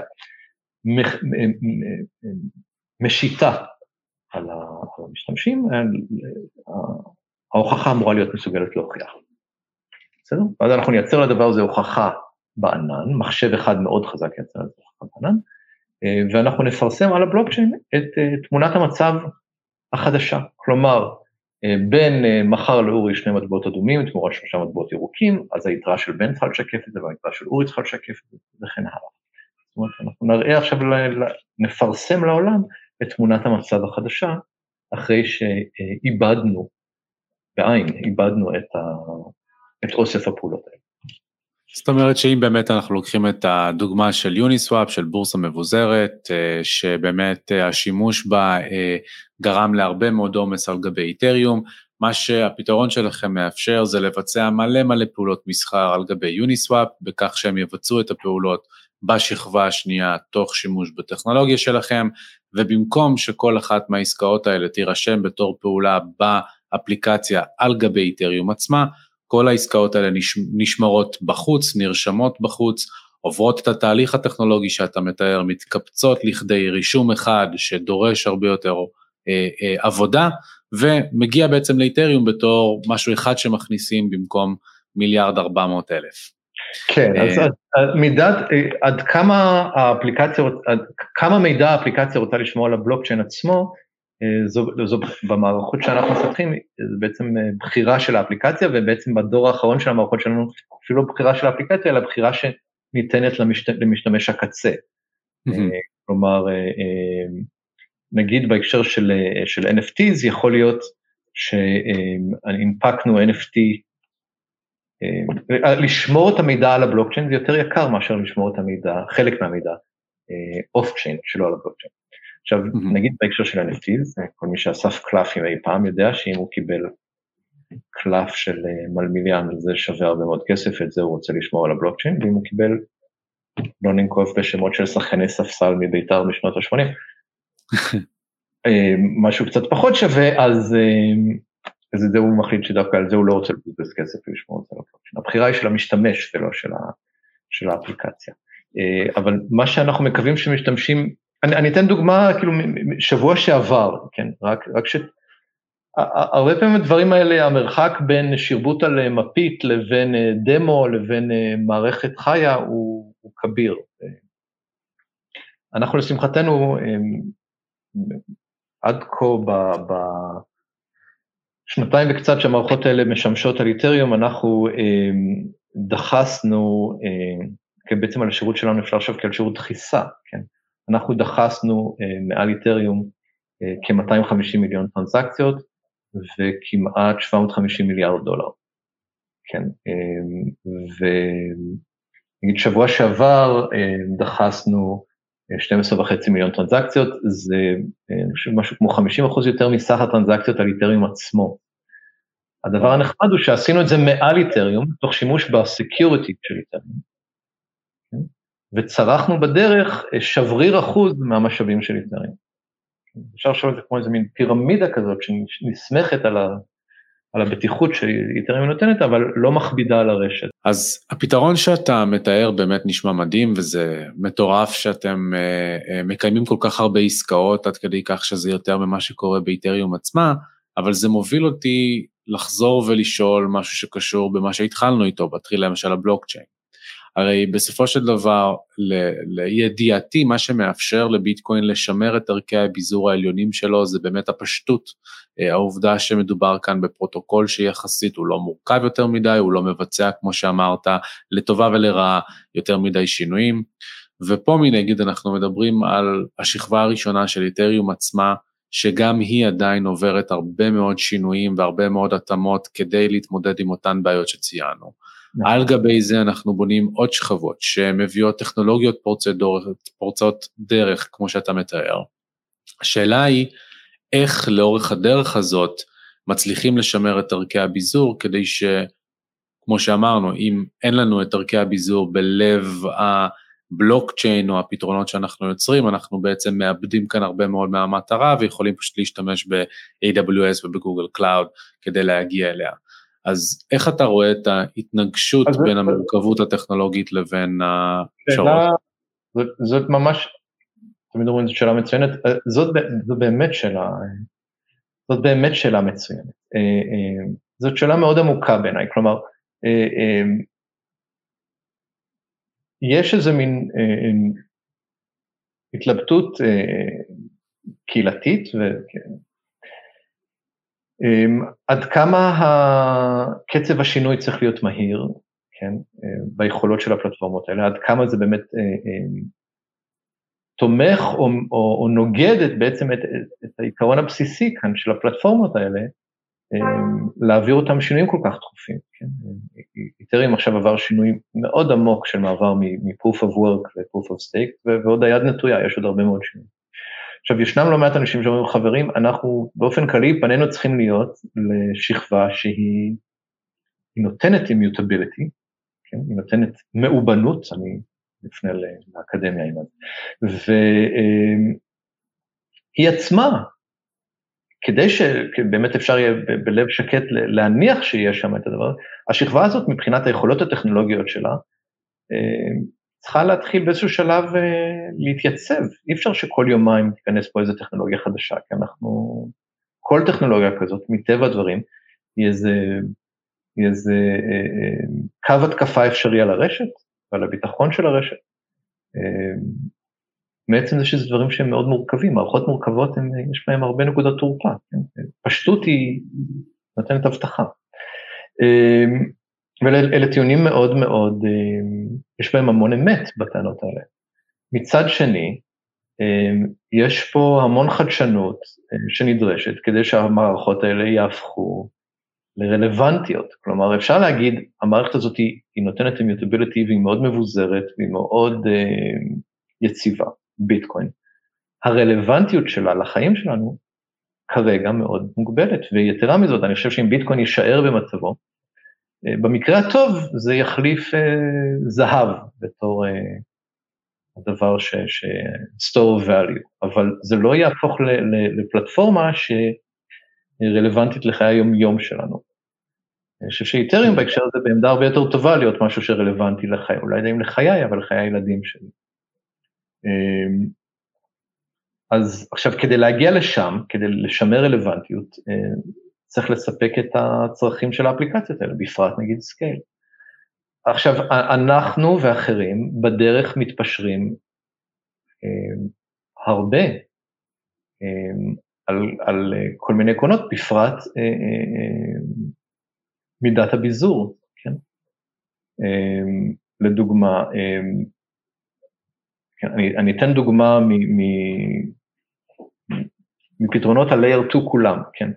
משיתה על המשתמשים, ההוכחה אמורה להיות מסוגלת להוכיח. בסדר? אז אנחנו נייצר לדבר הזה הוכחה בענן, מחשב אחד מאוד חזק ייצר את הוכחה בענן, ואנחנו נפרסם על הבלוקצ'יין את תמונת המצב החדשה. כלומר, בן מחר לאורי שני מטבעות אדומים, תמורת שלושה מטבעות ירוקים, אז היתרה של בן צריכה לשקף את זה, והיתרה של אורי צריכה לשקף את זה, וכן הלאה. זאת אומרת, אנחנו נראה עכשיו, נפרסם לעולם את תמונת המצב החדשה, אחרי שאיבדנו, בעין, איבדנו את, ה, את אוסף הפעולות האלה. זאת אומרת שאם באמת אנחנו לוקחים את הדוגמה של יוניסוואפ, של בורסה מבוזרת, שבאמת השימוש בה גרם להרבה מאוד עומס על גבי איתריום, מה שהפתרון שלכם מאפשר זה לבצע מלא מלא פעולות מסחר על גבי יוניסוואפ, בכך שהם יבצעו את הפעולות בשכבה השנייה תוך שימוש בטכנולוגיה שלכם, ובמקום שכל אחת מהעסקאות האלה תירשם בתור פעולה באפליקציה על גבי איתריום עצמה, כל העסקאות האלה נשמרות בחוץ, נרשמות בחוץ, עוברות את התהליך הטכנולוגי שאתה מתאר, מתקפצות לכדי רישום אחד שדורש הרבה יותר אה, אה, עבודה, ומגיע בעצם לאיתריום בתור משהו אחד שמכניסים במקום מיליארד ארבע מאות אלף. כן, אז מידע, עד כמה האפליקציה, עד כמה מידע האפליקציה רוצה לשמור על הבלוקצ'יין עצמו, זו, זו במערכות שאנחנו מפתחים, זה בעצם בחירה של האפליקציה, ובעצם בדור האחרון של המערכות שלנו, אפילו בחירה של האפליקציה, אלא בחירה שניתנת למשת, למשתמש הקצה. Mm-hmm. כלומר, נגיד בהקשר של, של אן אף טי, זה יכול להיות שהנפקנו אן אף טי, לשמור את המידע על הבלוקצ'יין, זה יותר יקר מאשר לשמור את המידע, חלק מהמידע, אוף-צ'יין, שלא על הבלוקצ'יין. עכשיו, mm-hmm. נגיד בהקשר של אן אף טי, כל מי שאסף קלפים אי פעם יודע שאם הוא קיבל קלף של מלמיליאן, זה שווה הרבה מאוד כסף, את זה הוא רוצה לשמור על הבלוקצ'יין, ואם הוא קיבל, לא ננקוב בשמות של שחקני ספסל מביתר בשנות ה-שמונים, משהו קצת פחות שווה, אז, אז זה הוא מחליט שדווקא על זה הוא לא רוצה לבזבז כסף ולשמור את זה על הבלוקצ'יין. הבחירה היא של המשתמש ולא של, ה, של האפליקציה. אבל מה שאנחנו מקווים שמשתמשים, אני, אני אתן דוגמה, כאילו, שבוע שעבר, כן, רק, רק ש... הרבה פעמים הדברים האלה, המרחק בין שרבוט על מפית לבין דמו, לבין מערכת חיה, הוא, הוא כביר. אנחנו לשמחתנו, עד כה, בשנתיים וקצת שהמערכות האלה משמשות על איתריום, אנחנו דחסנו, בעצם על השירות שלנו אפשר לחשוב כעל שירות דחיסה, כן? אנחנו דחסנו מעל איתריום כ-מאתיים וחמישים מיליון טרנזקציות, וכמעט שבע מאות וחמישים מיליארד דולר. כן, ונגיד שבוע שעבר דחסנו שתים עשרה וחצי מיליון טרנזקציות, זה משהו כמו חמישים אחוז יותר מסך הטרנזקציות על איתריום עצמו. הדבר הנחמד הוא שעשינו את זה מעל איתריום, תוך שימוש בסקיוריטי של איתריום, וצרכנו בדרך שבריר אחוז מהמשאבים של איתריום. אפשר לחשוב על זה כמו איזה מין פירמידה כזאת, שנסמכת על ה... על הבטיחות שאיתריום נותנת, אבל לא מכבידה על הרשת. אז הפתרון שאתה מתאר באמת נשמע מדהים, וזה מטורף שאתם מקיימים כל כך הרבה עסקאות, עד כדי כך שזה יותר ממה שקורה באיתריום עצמה, אבל זה מוביל אותי לחזור ולשאול משהו שקשור במה שהתחלנו איתו, בתחילה של הבלוקצ'יין. הרי בסופו של דבר, ל- לידיעתי, מה שמאפשר לביטקוין לשמר את ערכי הביזור העליונים שלו, זה באמת הפשטות, העובדה שמדובר כאן בפרוטוקול שיחסית הוא לא מורכב יותר מדי, הוא לא מבצע, כמו שאמרת, לטובה ולרעה יותר מדי שינויים, ופה מנגד אנחנו מדברים על השכבה הראשונה של איתריום עצמה, שגם היא עדיין עוברת הרבה מאוד שינויים והרבה מאוד התאמות כדי להתמודד עם אותן בעיות שציינו. על גבי זה אנחנו בונים עוד שכבות שמביאות טכנולוגיות פורצות דרך, כמו שאתה מתאר. השאלה היא, איך לאורך הדרך הזאת מצליחים לשמר את ערכי הביזור, כדי ש, כמו שאמרנו, אם אין לנו את ערכי הביזור בלב הבלוקצ'יין או הפתרונות שאנחנו יוצרים, אנחנו בעצם מאבדים כאן הרבה מאוד מהמטרה, ויכולים פשוט להשתמש ב-איי דאבליו אס ובגוגל קלאוד כדי להגיע אליה. אז איך אתה רואה את ההתנגשות בין המורכבות הטכנולוגית לבין השאלות? זאת, זאת ממש, תמיד אומרים, זאת שאלה מצוינת, זאת, זאת באמת שאלה, זאת באמת שאלה מצוינת. זאת שאלה מאוד עמוקה בעיניי, כלומר, יש איזה מין התלבטות קהילתית, ו... עד כמה הקצב השינוי צריך להיות מהיר, כן, ביכולות של הפלטפורמות האלה, עד כמה זה באמת תומך או, או, או נוגד את בעצם את, את העיקרון הבסיסי כאן של הפלטפורמות האלה, להעביר אותם שינויים כל כך דחופים, כן. איתריום עכשיו עבר שינוי מאוד עמוק של מעבר מ-proof of work ל-proof of stake, ועוד היד נטויה, יש עוד הרבה מאוד שינויים. עכשיו, ישנם לא מעט אנשים שאומרים, חברים, אנחנו באופן כללי, פנינו צריכים להיות לשכבה שהיא נותנת immutability, כן? היא נותנת מאובנות, אני נפנה לאקדמיה עם זה, והיא עצמה, כדי שבאמת אפשר יהיה בלב שקט להניח שיש שם את הדבר, השכבה הזאת מבחינת היכולות הטכנולוגיות שלה, צריכה להתחיל באיזשהו שלב להתייצב, אי אפשר שכל יומיים תיכנס פה איזו טכנולוגיה חדשה, כי אנחנו, כל טכנולוגיה כזאת, מטבע הדברים, היא איזה, היא איזה קו התקפה אפשרי על הרשת, ועל הביטחון של הרשת, בעצם זה שזה דברים שהם מאוד מורכבים, מערכות מורכבות, הם, יש בהם הרבה נקודות תורפה, כן? פשטות היא נותנת הבטחה. ואלה טיעונים מאוד מאוד, יש בהם המון אמת בטענות האלה. מצד שני, יש פה המון חדשנות שנדרשת, כדי שהמערכות האלה יהפכו לרלוונטיות. כלומר, אפשר להגיד, המערכת הזאת היא, היא נותנת immutability, והיא מאוד מבוזרת, והיא מאוד יציבה, ביטקוין. הרלוונטיות שלה לחיים שלנו, כרגע מאוד מוגבלת, ויתרה מזאת, אני חושב שאם ביטקוין יישאר במצבו, במקרה הטוב זה יחליף uh, זהב בתור uh, הדבר ש, ש store value, אבל זה לא יהפוך ל, ל, לפלטפורמה שרלוונטית לחיי היום-יום שלנו. אני חושב שאיתריום בהקשר הזה בעמדה הרבה יותר טובה להיות משהו שרלוונטי לחיי, אולי יודעים לחיי, אבל לחיי הילדים שלי. אז עכשיו כדי להגיע לשם, כדי לשמר רלוונטיות, צריך לספק את הצרכים של האפליקציות האלה, בפרט נגיד סקייל. עכשיו, אנחנו ואחרים בדרך מתפשרים אה, הרבה אה, על, על כל מיני עקרונות, בפרט אה, אה, מידת הביזור, כן? אה, לדוגמה, אה, כן, אני, אני אתן דוגמה מ, מ, מפתרונות ה-Layer שתיים כולם, כן?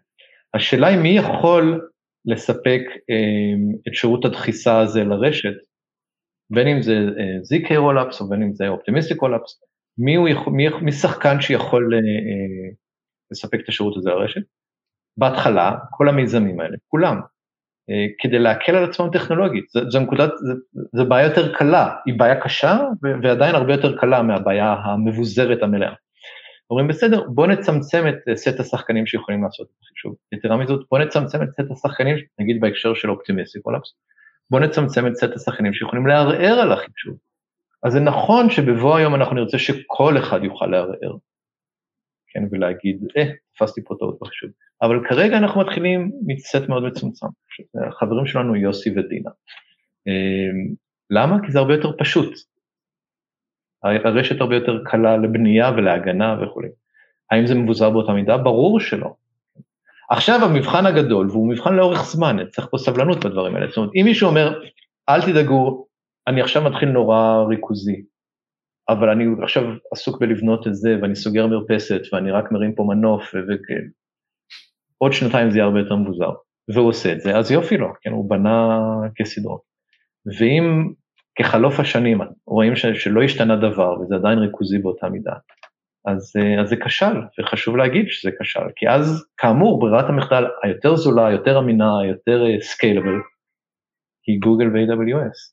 השאלה היא מי יכול לספק את שירות הדחיסה הזה לרשת, בין אם זה זי קיי רולאפס או בין אם זה אופטימיסטיק רולאפס, מי, מי, מי שחקן שיכול לספק את השירות הזה לרשת? בהתחלה, כל המיזמים האלה, כולם, כדי להקל על עצמם טכנולוגית, זו, זו, נקודת, זו, זו בעיה יותר קלה, היא בעיה קשה ועדיין הרבה יותר קלה מהבעיה המבוזרת המלאה. אומרים בסדר, בוא נצמצם את סט השחקנים שיכולים לעשות את החישוב. יתרה מזאת, בוא נצמצם את סט השחקנים, נגיד בהקשר של אופטימיסטיק רולאפס, בוא נצמצם את סט השחקנים שיכולים לערער על החישוב. אז זה נכון שבבוא היום אנחנו נרצה שכל אחד יוכל לערער, כן, ולהגיד, אה, תפסתי פה טעות בחישוב. אבל כרגע אנחנו מתחילים מסט מאוד מצומצם. החברים שלנו יוסי ודינה. למה? כי זה הרבה יותר פשוט. הרשת הרבה יותר קלה לבנייה ולהגנה וכו'. האם זה מבוזר באותה מידה? ברור שלא. עכשיו המבחן הגדול, והוא מבחן לאורך זמן, צריך פה סבלנות בדברים האלה. זאת אומרת, אם מישהו אומר, אל תדאגו, אני עכשיו מתחיל נורא ריכוזי, אבל אני עכשיו עסוק בלבנות את זה, ואני סוגר מרפסת, ואני רק מרים פה מנוף, וכן. עוד שנתיים זה יהיה הרבה יותר מבוזר, והוא עושה את זה, אז יופי לו, כן, הוא בנה כסדרו. ואם כחלוף השנים, רואים שלא השתנה דבר, וזה עדיין ריכוזי באותה מידה, אז, אז זה קשל, וחשוב להגיד שזה קשל, כי אז, כאמור, ברירת המחדל היותר זולה, היותר אמינה, היותר סקיילבל, היא גוגל ו-איי דאבליו אס.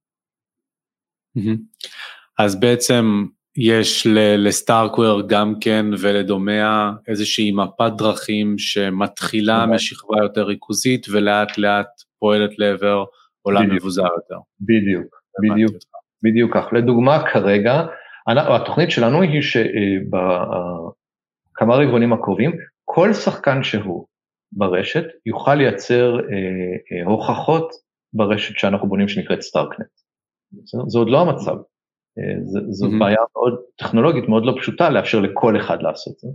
אז בעצם יש לסטארקוור גם כן ולדומיה איזושהי מפת דרכים שמתחילה משכבה יותר ריכוזית ולאט לאט פועלת לעבר עולם מבוזר יותר. בדיוק, בדיוק, בדיוק כך. לדוגמה כרגע, התוכנית שלנו היא שבכמה רבעונים הקרובים, כל שחקן שהוא ברשת יוכל לייצר הוכחות ברשת שאנחנו בונים שנקראת סטארקנט. זה עוד לא המצב. זו בעיה מאוד טכנולוגית, מאוד לא פשוטה, לאפשר לכל אחד לעשות את זה.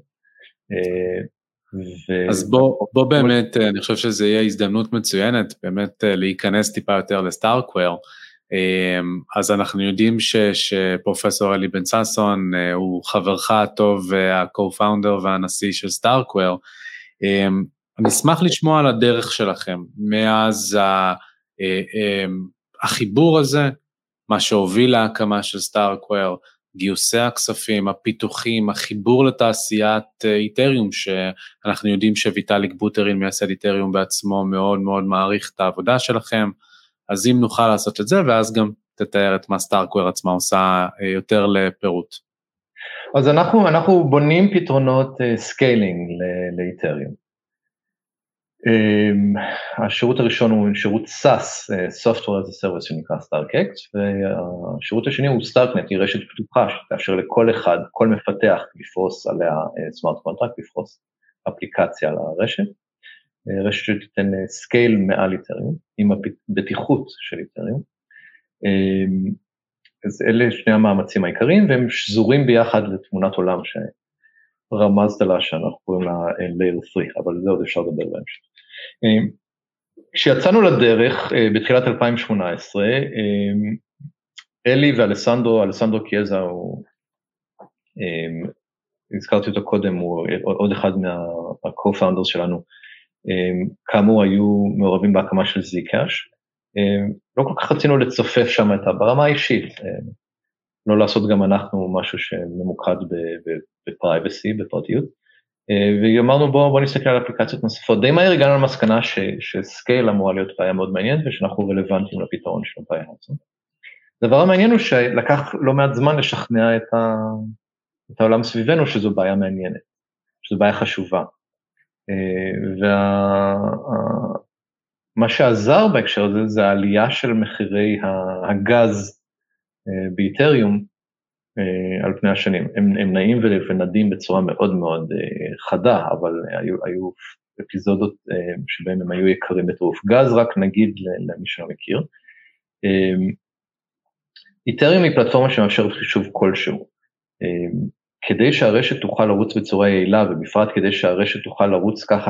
אז בוא באמת, אני חושב שזה יהיה הזדמנות מצוינת, באמת להיכנס טיפה יותר לסטארקוור, אז אנחנו יודעים שפרופסור אלי בן ששון הוא חברך הטוב וה-co-founder והנשיא של סטארקוור, אני אשמח לשמוע על הדרך שלכם, מאז החיבור הזה, מה שהוביל להקמה של סטארקוור, גיוסי הכספים, הפיתוחים, החיבור לתעשיית איתריום, שאנחנו יודעים שוויטאליק בוטרין מייסד איתריום בעצמו מאוד מאוד מעריך את העבודה שלכם, אז אם נוכל לעשות את זה, ואז גם תתאר את מה סטארקוור עצמה עושה יותר לפירוט. אז אנחנו, אנחנו בונים פתרונות סקיילינג לאיתריום. השירות הראשון הוא שירות סאס, Software as a Service שנקרא StarkX, והשירות השני הוא StarkNet, היא רשת פתוחה שתאפשר לכל אחד, כל מפתח לפרוס עליה סמארט קונטרקט, לפרוס אפליקציה על הרשת, רשת שתיתן סקייל מעל איתריום, עם הבטיחות של איתריום. אז אלה שני המאמצים העיקריים, והם שזורים ביחד לתמונת עולם שרמזת לה שאנחנו קוראים לה Layer שלוש, אבל זה עוד אפשר לדבר בהמשך. כשיצאנו לדרך בתחילת אלפיים שמונה עשרה, אלי ואלסנדרו, אלסנדרו קיאזה, הוא, הזכרתי אותו קודם, הוא עוד אחד מה-co-founders שלנו, כאמור היו מעורבים בהקמה של זיקאש, לא כל כך רצינו לצופף שם את ברמה האישית, לא לעשות גם אנחנו משהו שממוקד בפרייבסי, בפרטיות, ואמרנו בוא, בוא נסתכל על אפליקציות נוספות, די מהר הגענו למסקנה ש, שסקייל אמורה להיות בעיה מאוד מעניינת, ושאנחנו רלוונטיים לפתרון של הבעיה הזאת. הדבר המעניין הוא שלקח לא מעט זמן לשכנע את, ה, את העולם סביבנו שזו בעיה מעניינת, שזו בעיה חשובה. ומה שעזר בהקשר הזה, זה העלייה של מחירי הגז באיתריום, על פני השנים, הם, הם נעים ונדים בצורה מאוד מאוד חדה, אבל היו, היו אפיזודות שבהם הם היו יקרים בטירוף. גז רק נגיד למי שלא מכיר. איתריום היא פלטפורמה שמאפשרת חישוב כלשהו. כדי שהרשת תוכל לרוץ בצורה יעילה, ובפרט כדי שהרשת תוכל לרוץ ככה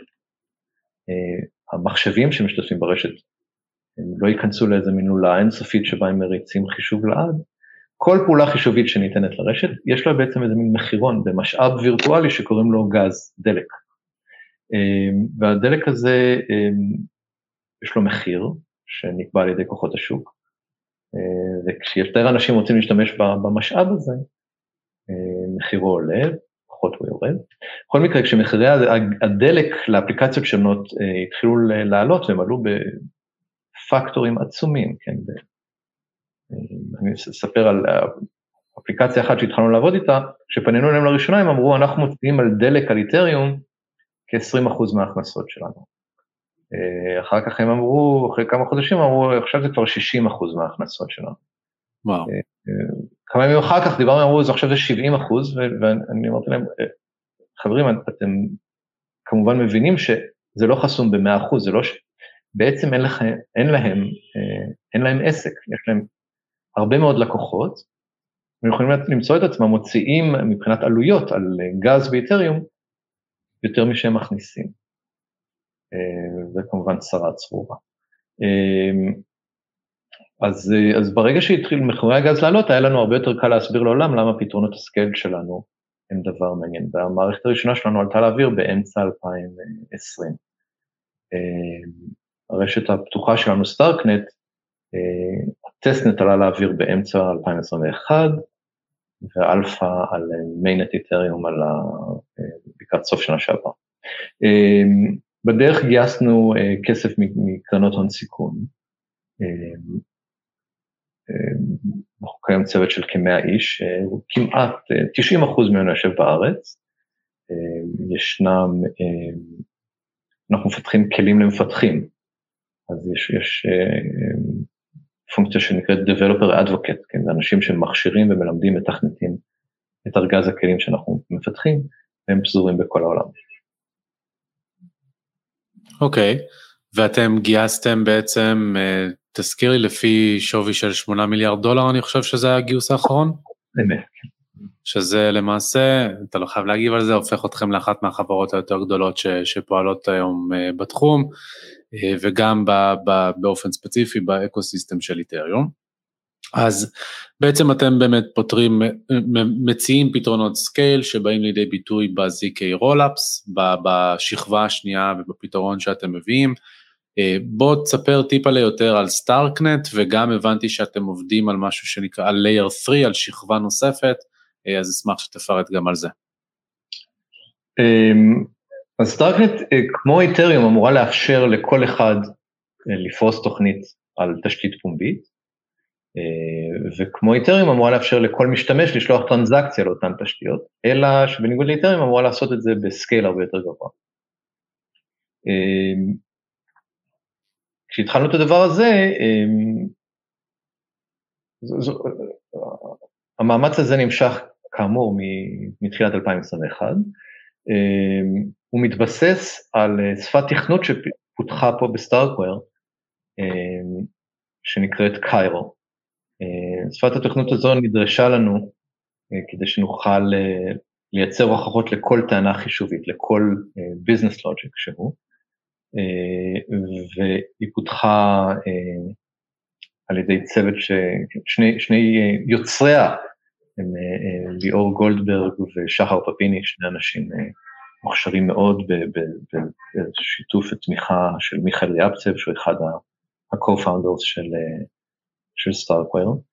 שהמחשבים שמשתתפים ברשת, הם לא ייכנסו לאיזה מין לולה אינסופית שבה הם מריצים חישוב לעד, כל פעולה חישובית שניתנת לרשת, יש לה בעצם איזה מין מחירון במשאב וירטואלי שקוראים לו גז, דלק. והדלק הזה, יש לו מחיר, שנקבע על ידי כוחות השוק, וכשיותר אנשים רוצים להשתמש במשאב הזה, מחירו עולה, פחות הוא יורד. בכל מקרה, כשמחירי הדלק לאפליקציות שונות התחילו לעלות, והם עלו בפקטורים עצומים, כן, אני אספר על אפליקציה אחת שהתחלנו לעבוד איתה, כשפנינו אליהם לראשונה, הם אמרו, אנחנו מוצאים על דלק, על איתריום, כ-עשרים אחוז מההכנסות שלנו. אחר כך הם אמרו, אחרי כמה חודשים, אמרו, עכשיו זה כבר שישים אחוז מההכנסות שלנו. וואו. כמה ימים אחר כך דיברנו, אמרו, עכשיו זה שבעים אחוז, ואני אמרתי להם, חברים, אתם כמובן מבינים שזה לא חסום ב-מאה אחוז, זה לא ש... בעצם אין להם, אין להם, אין להם עסק, יש להם הרבה מאוד לקוחות, והם יכולים למצוא את עצמם, מוציאים מבחינת עלויות על גז ואיתריום, יותר משהם מכניסים. זה כמובן צרה צרורה. אז, אז ברגע שהתחיל מחירי הגז לעלות, היה לנו הרבה יותר קל להסביר לעולם למה פתרונות הסקייל שלנו הם דבר מעניין. והמערכת הראשונה שלנו עלתה לאוויר באמצע אלפיים ועשרים. הרשת הפתוחה שלנו, סטארקנט, הטסטנט עלה לאוויר באמצע אלפיים עשרים ואחת, ואלפא על מיינט איתריום על לקראת סוף שנה שעבר. בדרך גייסנו כסף מקרנות הון סיכון, אנחנו קיים צוות של כמאה איש, כמעט תשעים אחוז ממנו יושב בארץ, ישנם, אנחנו מפתחים כלים למפתחים, אז יש, יש פונקציה שנקראת Developer Advocate, כן, זה אנשים שמכשירים ומלמדים מתכנתים את ארגז הכלים שאנחנו מפתחים, והם פזורים בכל העולם. אוקיי, ואתם גייסתם בעצם, תזכירי לפי שווי של שמונה מיליארד דולר, אני חושב שזה היה הגיוס האחרון? באמת. שזה למעשה, אתה לא חייב להגיב על זה, הופך אתכם לאחת מהחברות היותר גדולות ש, שפועלות היום בתחום, וגם ב, ב, באופן ספציפי באקוסיסטם של איתריום. אז בעצם אתם באמת פותרים, מציעים פתרונות סקייל שבאים לידי ביטוי ב-זי קיי רולאפס, בשכבה השנייה ובפתרון שאתם מביאים. בוא תספר טיפה ליותר על סטארקנט, וגם הבנתי שאתם עובדים על משהו שנקרא על לייר שלוש, על שכבה נוספת, אז אשמח שתפרט גם על זה. אז סטארקנט, כמו איתריום, אמורה לאפשר לכל אחד לפרוס תוכנית על תשתית פומבית, וכמו איתריום אמורה לאפשר לכל משתמש לשלוח טרנזקציה לאותן תשתיות, אלא שבניגוד לאיתריום אמורה לעשות את זה בסקייל הרבה יותר גבוה. כשהתחלנו את הדבר הזה, המאמץ הזה נמשך כאמור מתחילת אלפיים עשרים ואחת, הוא מתבסס על שפת תכנות שפותחה פה בסטארקוור, שנקראת קיירו. שפת התכנות הזו נדרשה לנו כדי שנוכל לייצר הוכחות לכל טענה חישובית, לכל ביזנס לוג'יק שהוא, והיא פותחה על ידי צוות ששני שני יוצריה, הם ליאור גולדברג ושחר פפיני, שני אנשים מוכשרים מאוד בשיתוף ותמיכה של מיכאל יאפצב, שהוא אחד ה-co-founders של של סטארקוור,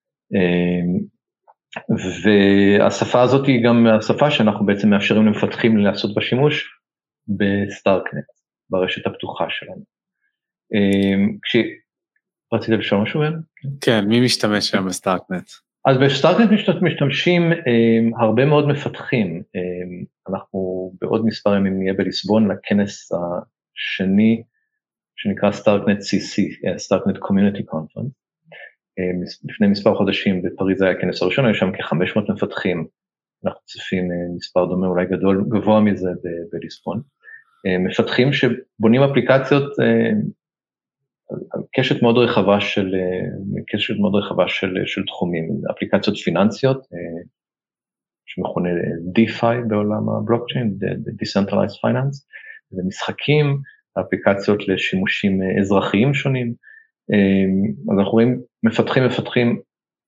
והשפה הזאת היא גם השפה שאנחנו בעצם מאפשרים למפתחים לעשות בשימוש בסטארקנט, ברשת הפתוחה שלנו. כשרצית לשאול משהו? כן, מי משתמש היום בסטארקנט? אז בסטארקנט משתמשים הרבה מאוד מפתחים, אנחנו בעוד מספר ימים נהיה בליסבון לכנס השני, שנקרא סטארקנט סי סי, סטארקנט קומיוניטי קונפרנס, לפני מספר חודשים בפריז היה הכנס הראשון, היו שם כ-חמש מאות מפתחים, אנחנו צופים מספר דומה אולי גדול, גבוה מזה בליסבון, מפתחים שבונים אפליקציות, קשת מאוד רחבה של, קשת מאוד רחבה של, של תחומים, אפליקציות פיננסיות, שמכונה דיפיי בעולם הבלוקצ'יין, Decentralized Finance, ומשחקים, אפליקציות לשימושים אזרחיים שונים, אז אנחנו רואים מפתחים מפתחים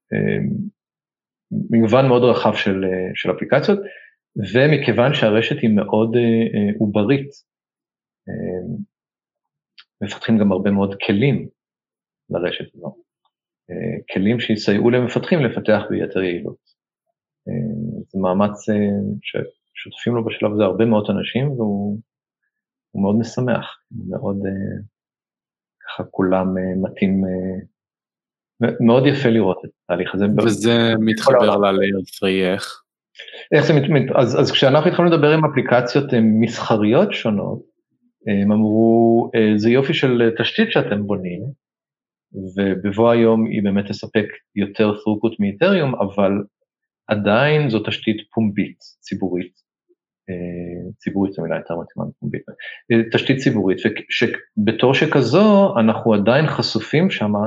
מגוון מאוד רחב של, של אפליקציות, ומכיוון שהרשת היא מאוד עוברית, מפתחים גם הרבה מאוד כלים לרשת הזו, כלים שיסייעו למפתחים לפתח ביתר יעילות. זה מאמץ ששותפים לו בשלב הזה הרבה מאוד אנשים, והוא מאוד משמח, מאוד ככה כולם מתאים, מאוד יפה לראות את התהליך הזה. וזה מתחבר ל-Layer שלוש, איך? איך זה מתחבר? אז, אז כשאנחנו התחלנו לדבר עם אפליקציות מסחריות שונות, הם אמרו, זה יופי של תשתית שאתם בונים, ובבוא היום היא באמת תספק יותר throughput מאתריום, אבל עדיין זו תשתית פומבית, ציבורית, ציבורית זו מילה יותר מתאימה פומבית, תשתית ציבורית, ובתור שכזו אנחנו עדיין חשופים שמה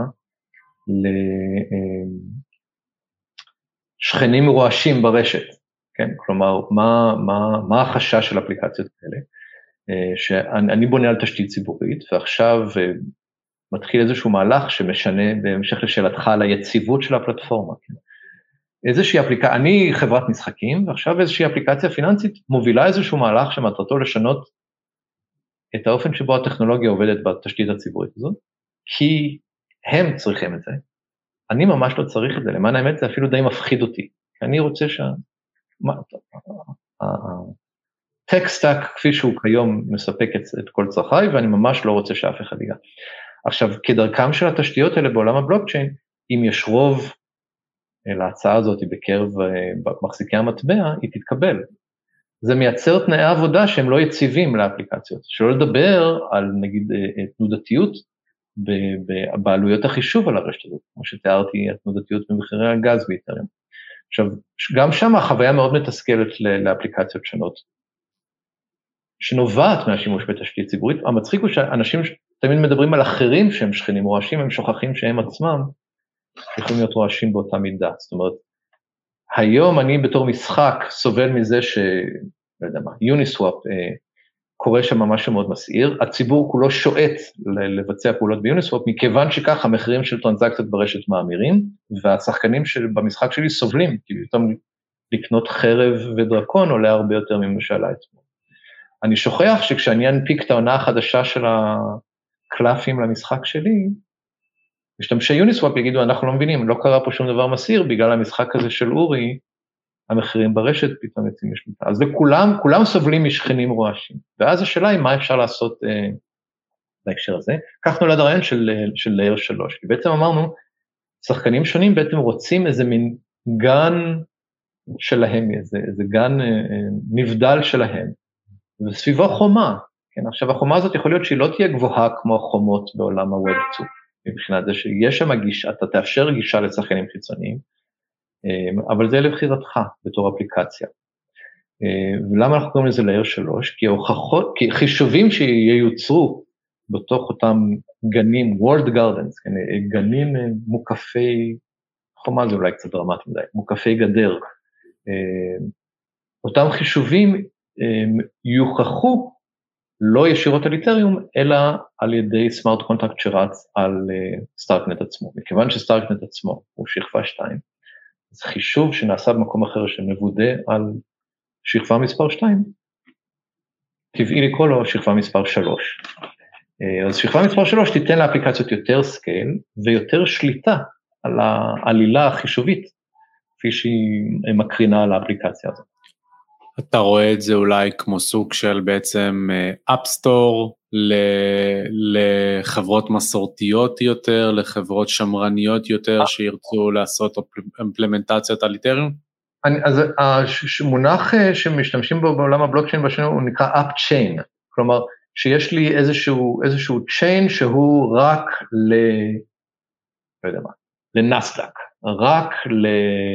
לשכנים רועשים ברשת, כן? כלומר, מה, מה, מה החשש של אפליקציות כאלה? שאני בונה על תשתית ציבורית, ועכשיו מתחיל איזשהו מהלך שמשנה בהמשך לשאלתך על היציבות של הפלטפורמה. איזושהי אפליקציה, אני חברת משחקים, ועכשיו איזושהי אפליקציה פיננסית מובילה איזשהו מהלך שמטרתו לשנות את האופן שבו הטכנולוגיה עובדת בתשתית הציבורית הזאת, כי הם צריכים את זה. אני ממש לא צריך את זה, למען האמת זה אפילו די מפחיד אותי, כי אני רוצה שה... טק סטאק כפי שהוא כיום מספק את, את כל צרכיי, ואני ממש לא רוצה שאף אחד ייגע. עכשיו, כדרכם של התשתיות האלה בעולם הבלוקצ'יין, אם יש רוב להצעה הזאת בקרב מחזיקי המטבע, היא תתקבל. זה מייצר תנאי עבודה שהם לא יציבים לאפליקציות, שלא לדבר על נגיד תנודתיות בעלויות החישוב על הרשת הזאת, כמו שתיארתי, התנודתיות במחירי הגז באתריום. עכשיו, גם שם החוויה מאוד מתסכלת לאפליקציות שונות, שנובעת מהשימוש בתשתית ציבורית. המצחיק הוא שאנשים תמיד מדברים על אחרים שהם שכנים רועשים, הם שוכחים שהם עצמם יכולים להיות רועשים באותה מידה. זאת אומרת, היום אני בתור משחק סובל מזה ש... לא יודע מה, יוניסוואפ אה, קורה שם ממש מאוד מסעיר, הציבור כולו שואט לבצע פעולות ביוניסוואפ, מכיוון שכך המחירים של טרנזקציות ברשת מאמירים, והשחקנים של, במשחק שלי סובלים, כי פתאום לקנות חרב ודרקון עולה הרבה יותר ממשלה עצמו. אני שוכח שכשאני אנפיק את העונה החדשה של הקלפים למשחק שלי, משתמשי יוניסוואפ יגידו, אנחנו לא מבינים, לא קרה פה שום דבר מסעיר, בגלל המשחק הזה של אורי, המחירים ברשת פתאום יוצאים משליטה. אז לכולם, כולם סובלים משכנים רועשים. ואז השאלה היא מה אפשר לעשות אה, בהקשר הזה. כך נולד הרעיון של, של Layer שלוש. כי בעצם אמרנו, שחקנים שונים בעצם רוצים איזה מין גן שלהם, איזה, איזה גן אה, נבדל שלהם. וסביבו חומה. כן? עכשיו החומה הזאת יכול להיות שהיא לא תהיה גבוהה כמו החומות בעולם ה-ווב טו. מבחינת זה שיש שם גישה, אתה תאפשר גישה לשחקנים חיצוניים, אבל זה לבחירתך בתור אפליקציה. ולמה אנחנו קוראים לזה Layer שלוש? כי ההוכחות, כי חישובים שיוצרו בתוך אותם גנים, World Gardens, גנים מוקפי, חומה זה אולי קצת דרמטי מדי, מוקפי גדר, אותם חישובים יוכחו לא ישירות על איתריום, אלא על ידי סמארט קונטרקט שרץ על סטארקנט עצמו. מכיוון שסטארקנט עצמו הוא שכבה שתיים, אז חישוב שנעשה במקום אחר שמבודה על שכבה מספר שתיים, טבעי לקרוא לו שכבה מספר שלוש. אז שכבה מספר שלוש תיתן לאפליקציות יותר סקייל ויותר שליטה על העלילה החישובית, כפי שהיא מקרינה על האפליקציה הזאת. אתה רואה את זה אולי כמו סוג של בעצם אפסטור לחברות מסורתיות יותר, לחברות שמרניות יותר שירצו לעשות אימפלמנטציות על איתריום? אז המונח שמשתמשים בו בעולם הבלוקצ'יין בשביל הוא נקרא אפ צ'יין, כלומר שיש לי איזשהו איזשהו צ'יין שהוא רק ל... לא יודע מה, לנסדק, רק ל...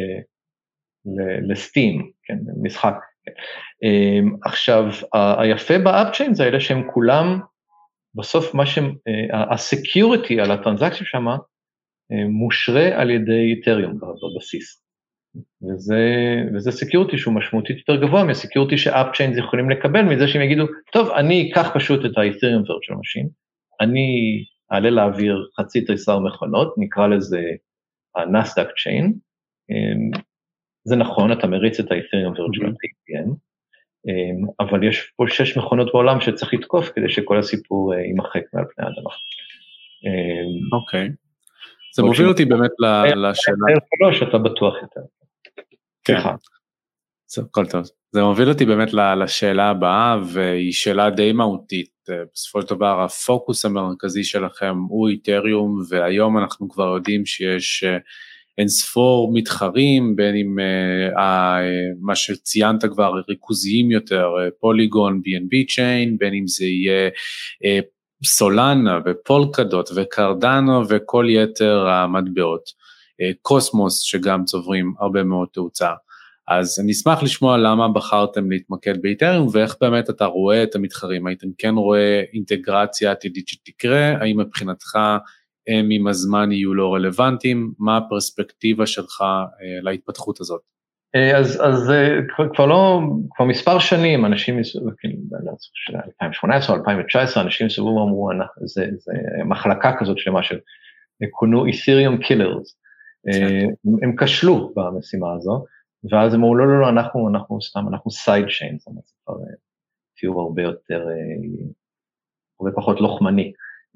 לסטים, כן, משחק. עכשיו, היפה באפצ'יין זה אלה שהם כולם, בסוף מה שהם, הסקיוריטי על הטרנזקציה שם, מושרה על ידי איתריום בבסיס. וזה, וזה סקיוריטי שהוא משמעותית יותר גבוה, מהסקיוריטי שאפצ'יין יכולים לקבל, מזה שהם יגידו, טוב, אני אקח פשוט את האיתריום וירטואל משין, אני אעלה להעביר חצי תריסר מכונות, נקרא לזה הנסדק צ'יין, זה נכון, אתה מריץ את האתריום וירטואל איי פי אם, אבל יש פה שש מכונות בעולם שצריך לתקוף כדי שכל הסיפור יימחק מעל פני האדמה. אוקיי. זה מוביל אותי באמת לשאלה. שלוש, אתה בטוח יותר. כן. זה הכל טוב. זה מוביל אותי באמת לשאלה הבאה, והיא שאלה די מהותית. בסופו של דבר, הפוקוס המרכזי שלכם הוא איתריום, והיום אנחנו כבר יודעים שיש אינספור מתחרים, בין אם מה שציינת כבר, ריכוזיים יותר, פוליגון, בי אן בי Chain, בין אם זה יהיה סולנה ופולקדוט וקרדנו וכל יתר המטבעות, קוסמוס שגם צוברים הרבה מאוד תאוצה. אז אני אשמח לשמוע למה בחרתם להתמקד באיתריום, ואיך באמת אתה רואה את המתחרים, הייתם כן רואה אינטגרציה עתידית שתקרה, האם מבחינתך הם עם הזמן יהיו לא רלוונטיים, מה הפרספקטיבה שלך להתפתחות הזאת? אז, אז כבר, כבר לא, כבר מספר שנים, אנשים, אלפיים שמונה עשרה, אלפיים תשע עשרה, אנשים סבבו ואמרו, זה, זה מחלקה כזאת שלמה של, כונו Ethereum Killers, הם כשלו במשימה הזו, ואז הם אמרו, לא, לא, לא, אנחנו, אנחנו סתם, אנחנו side chains, זה כבר תיאור הרבה יותר, הרבה פחות לוחמני.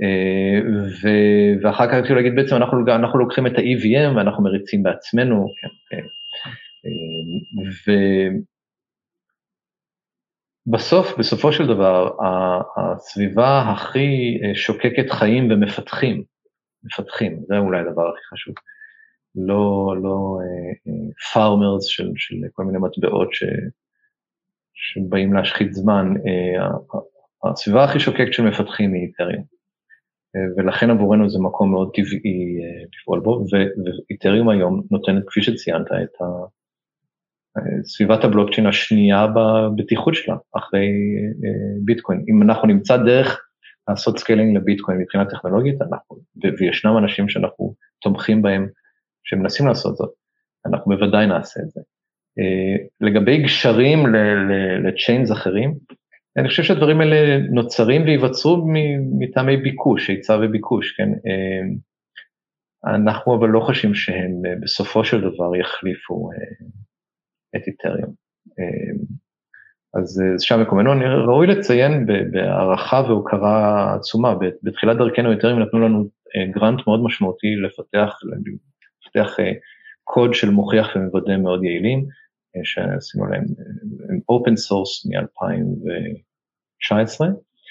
ואחר כך התחילו להגיד, בעצם אנחנו, אנחנו לוקחים את ה-אי וי אם ואנחנו מריצים בעצמנו, ובסוף, בסופו של דבר, הסביבה הכי שוקקת חיים ומפתחים, מפתחים, זה אולי הדבר הכי חשוב. לא, לא פארמרס של, של כל מיני מטבעות ש, שבאים להשחית זמן, הסביבה הכי שוקקת של מפתחים היא איתריום, ולכן עבורנו זה מקום מאוד טבעי לפעול בו, ואיתריום היום נותנת, כפי שציינת, את סביבת הבלוקצ'יין השנייה בבטיחות שלה, אחרי ביטקוין. אם אנחנו נמצא דרך לעשות סקיילינג לביטקוין מבחינה טכנולוגית, אנחנו, וישנם אנשים שאנחנו תומכים בהם, שמנסים לעשות זאת, אנחנו בוודאי נעשה את זה. לגבי גשרים לצ'יינס אחרים, אני חושב שהדברים האלה נוצרים ויווצרו מטעמי ביקוש, היצע וביקוש, כן? אנחנו אבל לא חושבים שהם בסופו של דבר יחליפו את איתריום. אז שם מקומנו, אני ראוי לציין בהערכה והוקרה עצומה, בתחילת דרכנו איתריום נתנו לנו גרנט מאוד משמעותי לפתח, לפתח קוד של מוכיח ומוודא מאוד יעילים, שעשינו להם open source מ-אלפיים תשע עשרה,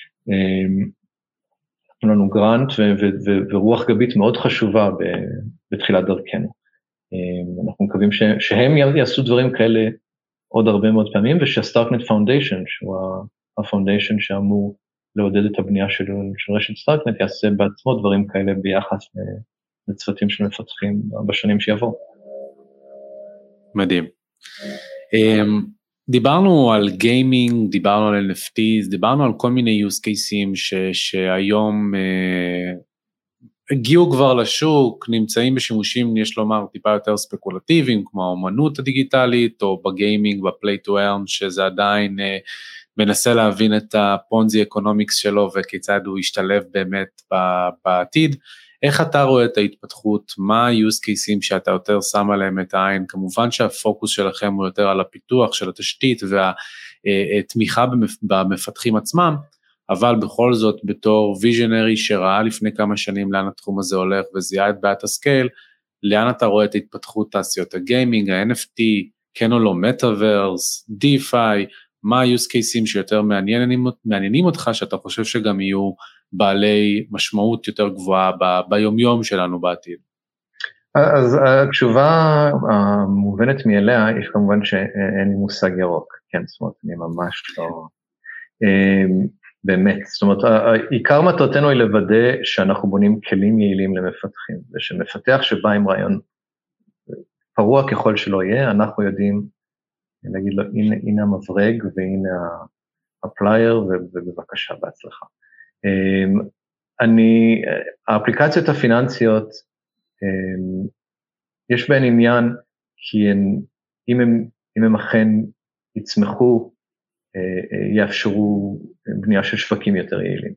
נתנו לנו גרנט ורוח גבית מאוד חשובה בתחילת דרכנו. אנחנו מקווים שהם יעשו דברים כאלה עוד הרבה מאוד פעמים, ושהסטארקנט פאונדיישן, שהוא הפאונדיישן שאמור לעודד את הבנייה של, של רשת סטארקנט, יעשה בעצמו דברים כאלה ביחס לצוותים של מפתחים בשנים שיבואו. מדהים. דיברנו על גיימינג, דיברנו על אן אף טיז, דיברנו על כל מיני use cases ש, שהיום uh, הגיעו כבר לשוק, נמצאים בשימושים, יש לומר, טיפה יותר ספקולטיביים, כמו האומנות הדיגיטלית, או בגיימינג, בפליי טו ארן, שזה עדיין uh, מנסה להבין את הפונזי אקונומיקס שלו, וכיצד הוא ישתלב באמת בעתיד. איך אתה רואה את ההתפתחות, מה ה-use cases שאתה יותר שם עליהם את העין, כמובן שהפוקוס שלכם הוא יותר על הפיתוח של התשתית והתמיכה במפתחים עצמם, אבל בכל זאת בתור ויז'נרי שראה לפני כמה שנים לאן התחום הזה הולך וזיהה את בעיית הסקייל, לאן אתה רואה את התפתחות תעשיות הגיימינג, ה-אן אף טי, כן או לא מטאברס, דיפיי, מה ה-use cases שיותר מעניינים, מעניינים אותך, שאתה חושב שגם יהיו בעלי משמעות יותר גבוהה ב- ביומיום שלנו בעתיד? אז התשובה המובנת מאליה, יש כמובן שאין לי מושג ירוק, כן, זאת אומרת, אני ממש לא, באמת, זאת אומרת, עיקר מטרתנו היא לוודא שאנחנו בונים כלים יעילים למפתחים, ושמפתח שבא עם רעיון פרוע ככל שלא יהיה, אנחנו יודעים להגיד לו, הנה, הנה המברג, והנה הפלייר, ובבקשה בהצלחה. אני, האפליקציות הפיננסיות, יש בהן עניין, כי הן, אם הם, אם הם אכן יצמחו, יאפשרו בנייה של שווקים יותר יעילים.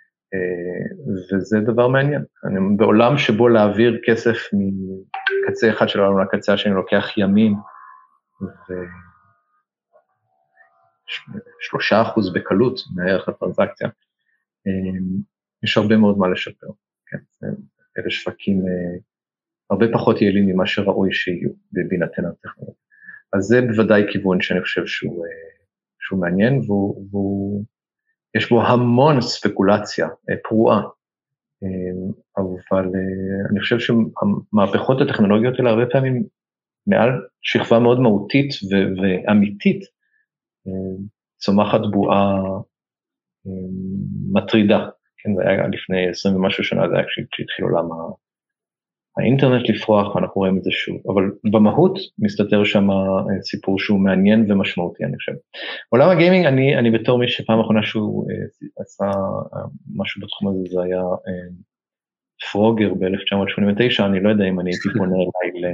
וזה דבר מעניין. אני, בעולם שבו להעביר כסף מקצה אחד של העולם לקצה השני לוקח ימים, ו... שלושה אחוז בקלות מערך הטרנזקציה, יש הרבה מאוד מה לשפר, כן, אלה שווקים הרבה פחות יעילים ממה שראוי שיהיו בהינתן הטכנולוגיה. אז זה בוודאי כיוון שאני חושב שהוא, שהוא מעניין, והוא, והוא, יש בו המון ספקולציה פרועה, אבל אני חושב שהמהפכות הטכנולוגיות האלה הרבה פעמים מעל שכבה מאוד מהותית ו- ואמיתית, צומחת בועה מטרידה, כן, זה היה לפני עשרים ומשהו שנה, זה היה כשהתחיל עולם האינטרנט לפרוח, ואנחנו רואים את זה שוב, אבל במהות מסתתר שם סיפור שהוא מעניין ומשמעותי, אני חושב. עולם הגיימינג, אני, אני בתור מי שפעם האחרונה שהוא עשה משהו בתחום הזה, זה היה פרוגר ב-אלף תשע מאות שמונים ותשע, אני לא יודע אם אני הייתי פונה אליי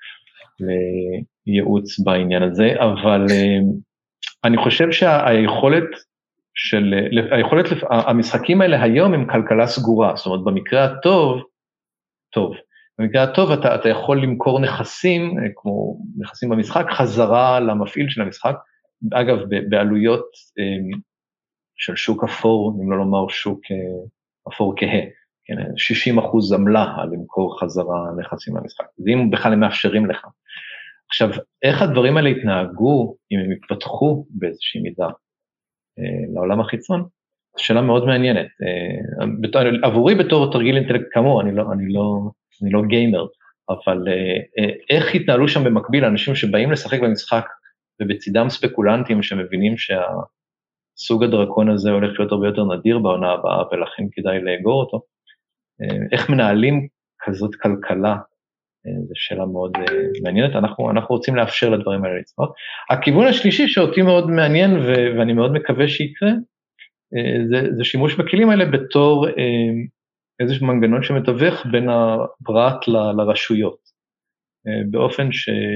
לייעוץ בעניין הזה, אבל אני חושב שהיכולת של, היכולת, המשחקים האלה היום הם כלכלה סגורה, זאת אומרת, במקרה הטוב, טוב, במקרה הטוב אתה, אתה יכול למכור נכסים, כמו נכסים במשחק, חזרה למפעיל של המשחק, אגב, בעלויות של שוק אפור, אם לא לומר שוק אפור כהה, שישים אחוז עמלה למכור חזרה נכסים למשחק, זה אם בכלל הם מאפשרים לך. עכשיו, איך הדברים האלה התנהגו, אם הם התפתחו באיזושהי מידה לעולם החיצון, זו שאלה מאוד מעניינת. עבורי בתור תרגיל אינטלקט כמו, אני לא, אני לא, אני לא גיימר, אבל איך התנהלו שם במקביל אנשים שבאים לשחק במשחק, ובצדם ספקולנטים שמבינים שהסוג הדרקון הזה הולך להיות הרבה יותר נדיר בעונה הבאה, ולכן כדאי לאגור אותו. איך מנהלים כזאת כלכלה, זו שאלה מאוד מעניינת, אנחנו, אנחנו רוצים לאפשר לדברים האלה לצפות. הכיוון השלישי שאותי מאוד מעניין, ו- ואני מאוד מקווה שיקרה, זה, זה שימוש בכלים האלה בתור איזשהו מנגנון שמתווך בין הפרט ל- לרשויות, באופן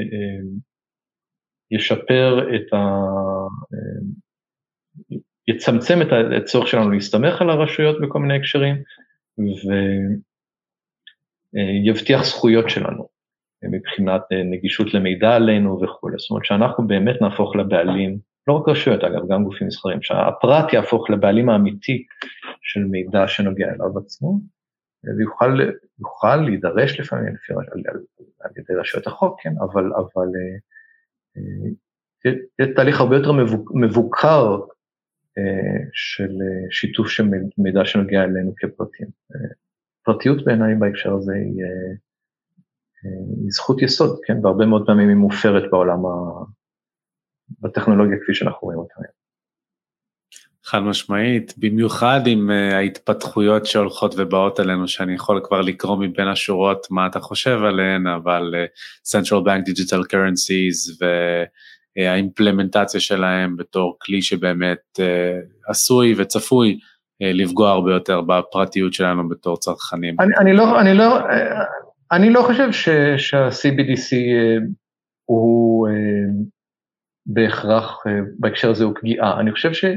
שישפר את ה... יצמצם את הצורך שלנו להסתמך על הרשויות בכל מיני הקשרים, ויבטיח זכויות שלנו, מבחינת נגישות למידע עלינו וכו'. זאת אומרת שאנחנו באמת נהפוך לבעלים, לא רק רשויות אגב, גם גופים מסחריים, שהפרט יהפוך לבעלים האמיתי של מידע שנוגע אליו עצמו, ויוכל יוכל להידרש לפעמים לפי, על, על, על ידי רשויות החוק, כן? אבל, אבל זה תהליך הרבה יותר מבוקר של שיתוף של מידע שנוגע אלינו כפרטים. פרטיות בעיניי בהקשר הזה היא, היא זכות יסוד, כן? והרבה מאוד פעמים היא מופרת בעולם, ה... בטכנולוגיה כפי שאנחנו רואים אותה. חד משמעית, במיוחד עם ההתפתחויות שהולכות ובאות עלינו, שאני יכול כבר לקרוא מבין השורות מה אתה חושב עליהן, אבל Central Bank Digital Currencies והאימפלמנטציה שלהם בתור כלי שבאמת עשוי וצפוי לפגוע הרבה יותר בפרטיות שלנו בתור צרכנים. אני, אני לא, אני לא, אני לא חושב ש, שה-סי בי די סי הוא בהכרח, בהקשר הזה הוא פגיעה. אני חושב ש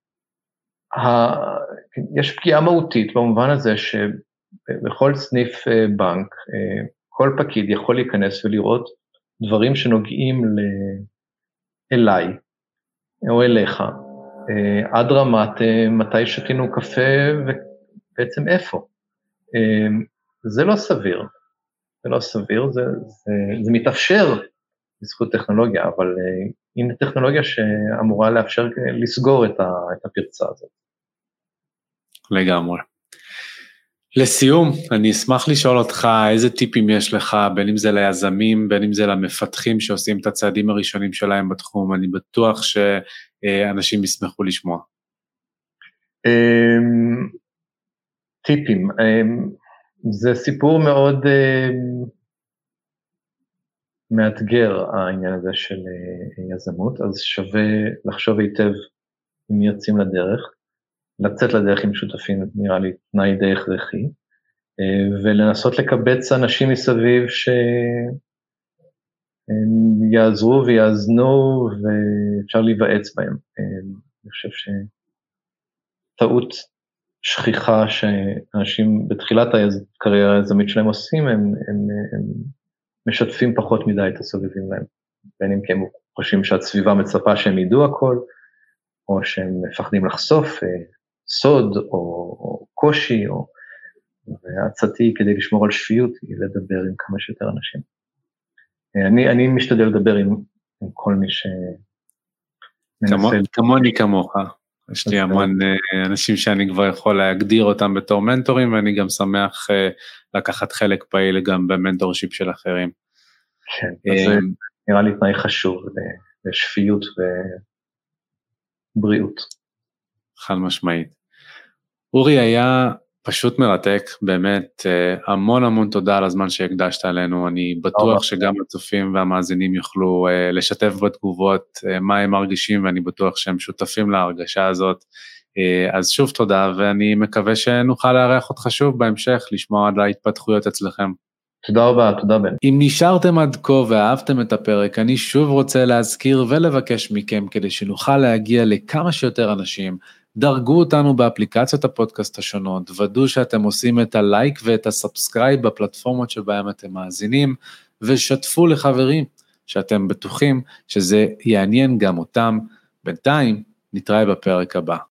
יש פגיעה מהותית במובן הזה שבכל סניף בנק, כל פקיד יכול להיכנס ולראות דברים שנוגעים אליי או אליך, עד רמת מתי שתינו קפה ובעצם איפה. זה לא סביר, זה לא סביר, זה, זה, זה מתאפשר בזכות טכנולוגיה, אבל הנה טכנולוגיה שאמורה לאפשר לסגור את, ה, את הפרצה הזאת. לגמרי. לסיום, אני אשמח לשאול אותך איזה טיפים יש לך, בין אם זה ליזמים, בין אם זה למפתחים שעושים את הצעדים הראשונים שלהם בתחום, אני בטוח שאנשים ישמחו לשמוע. טיפים, זה סיפור מאוד מאתגר העניין הזה של יזמות, אז שווה לחשוב היטב אם יוצאים לדרך, לצאת לדרך עם שותפים, נראה לי תנאי די הכרחי, ולנסות לקבץ אנשים מסביב שיעזרו ויעזנו ואפשר להיוועץ בהם. אני חושב שטעות שכיחה שאנשים בתחילת הקריירה היזמית שלהם עושים, הם, הם, הם משתפים פחות מדי את הסובבים להם, בין אם כי הם חושבים שהסביבה מצפה שהם ידעו הכל, או שהם מפחדים לחשוף סוד או, או קושי, או... והצעתי כדי לשמור על שפיות היא לדבר עם כמה שיותר אנשים. אני, אני משתדל לדבר עם, עם כל מי שמנסה... כמוני כמוך. יש לי המון אנשים שאני כבר יכול להגדיר אותם בתור מנטורים, ואני גם שמח לקחת חלק פעיל גם במנטורשיפ של אחרים. כן, אז זה נראה לי תנאי חשוב לשפיות ובריאות. חד משמעית. אורי, היה פשוט מרתק, באמת המון המון תודה על הזמן שהקדשת עלינו, אני בטוח שגם הצופים והמאזינים יוכלו לשתף בתגובות מה הם מרגישים, ואני בטוח שהם שותפים להרגשה הזאת, אז שוב תודה, ואני מקווה שנוכל לארח אותך שוב בהמשך, לשמוע עד להתפתחויות אצלכם. תודה רבה, תודה בן. אם נשארתם עד כה ואהבתם את הפרק, אני שוב רוצה להזכיר ולבקש מכם, כדי שנוכל להגיע לכמה שיותר אנשים, דרגו אותנו באפליקציות הפודקאסט השונות, ודאו שאתם עושים את הלייק ואת הסאבסקרייב בפלטפורמות שבהם אתם מאזינים, ושתפו לחברים שאתם בטוחים שזה יעניין גם אותם. בינתיים נתראה בפרק הבא.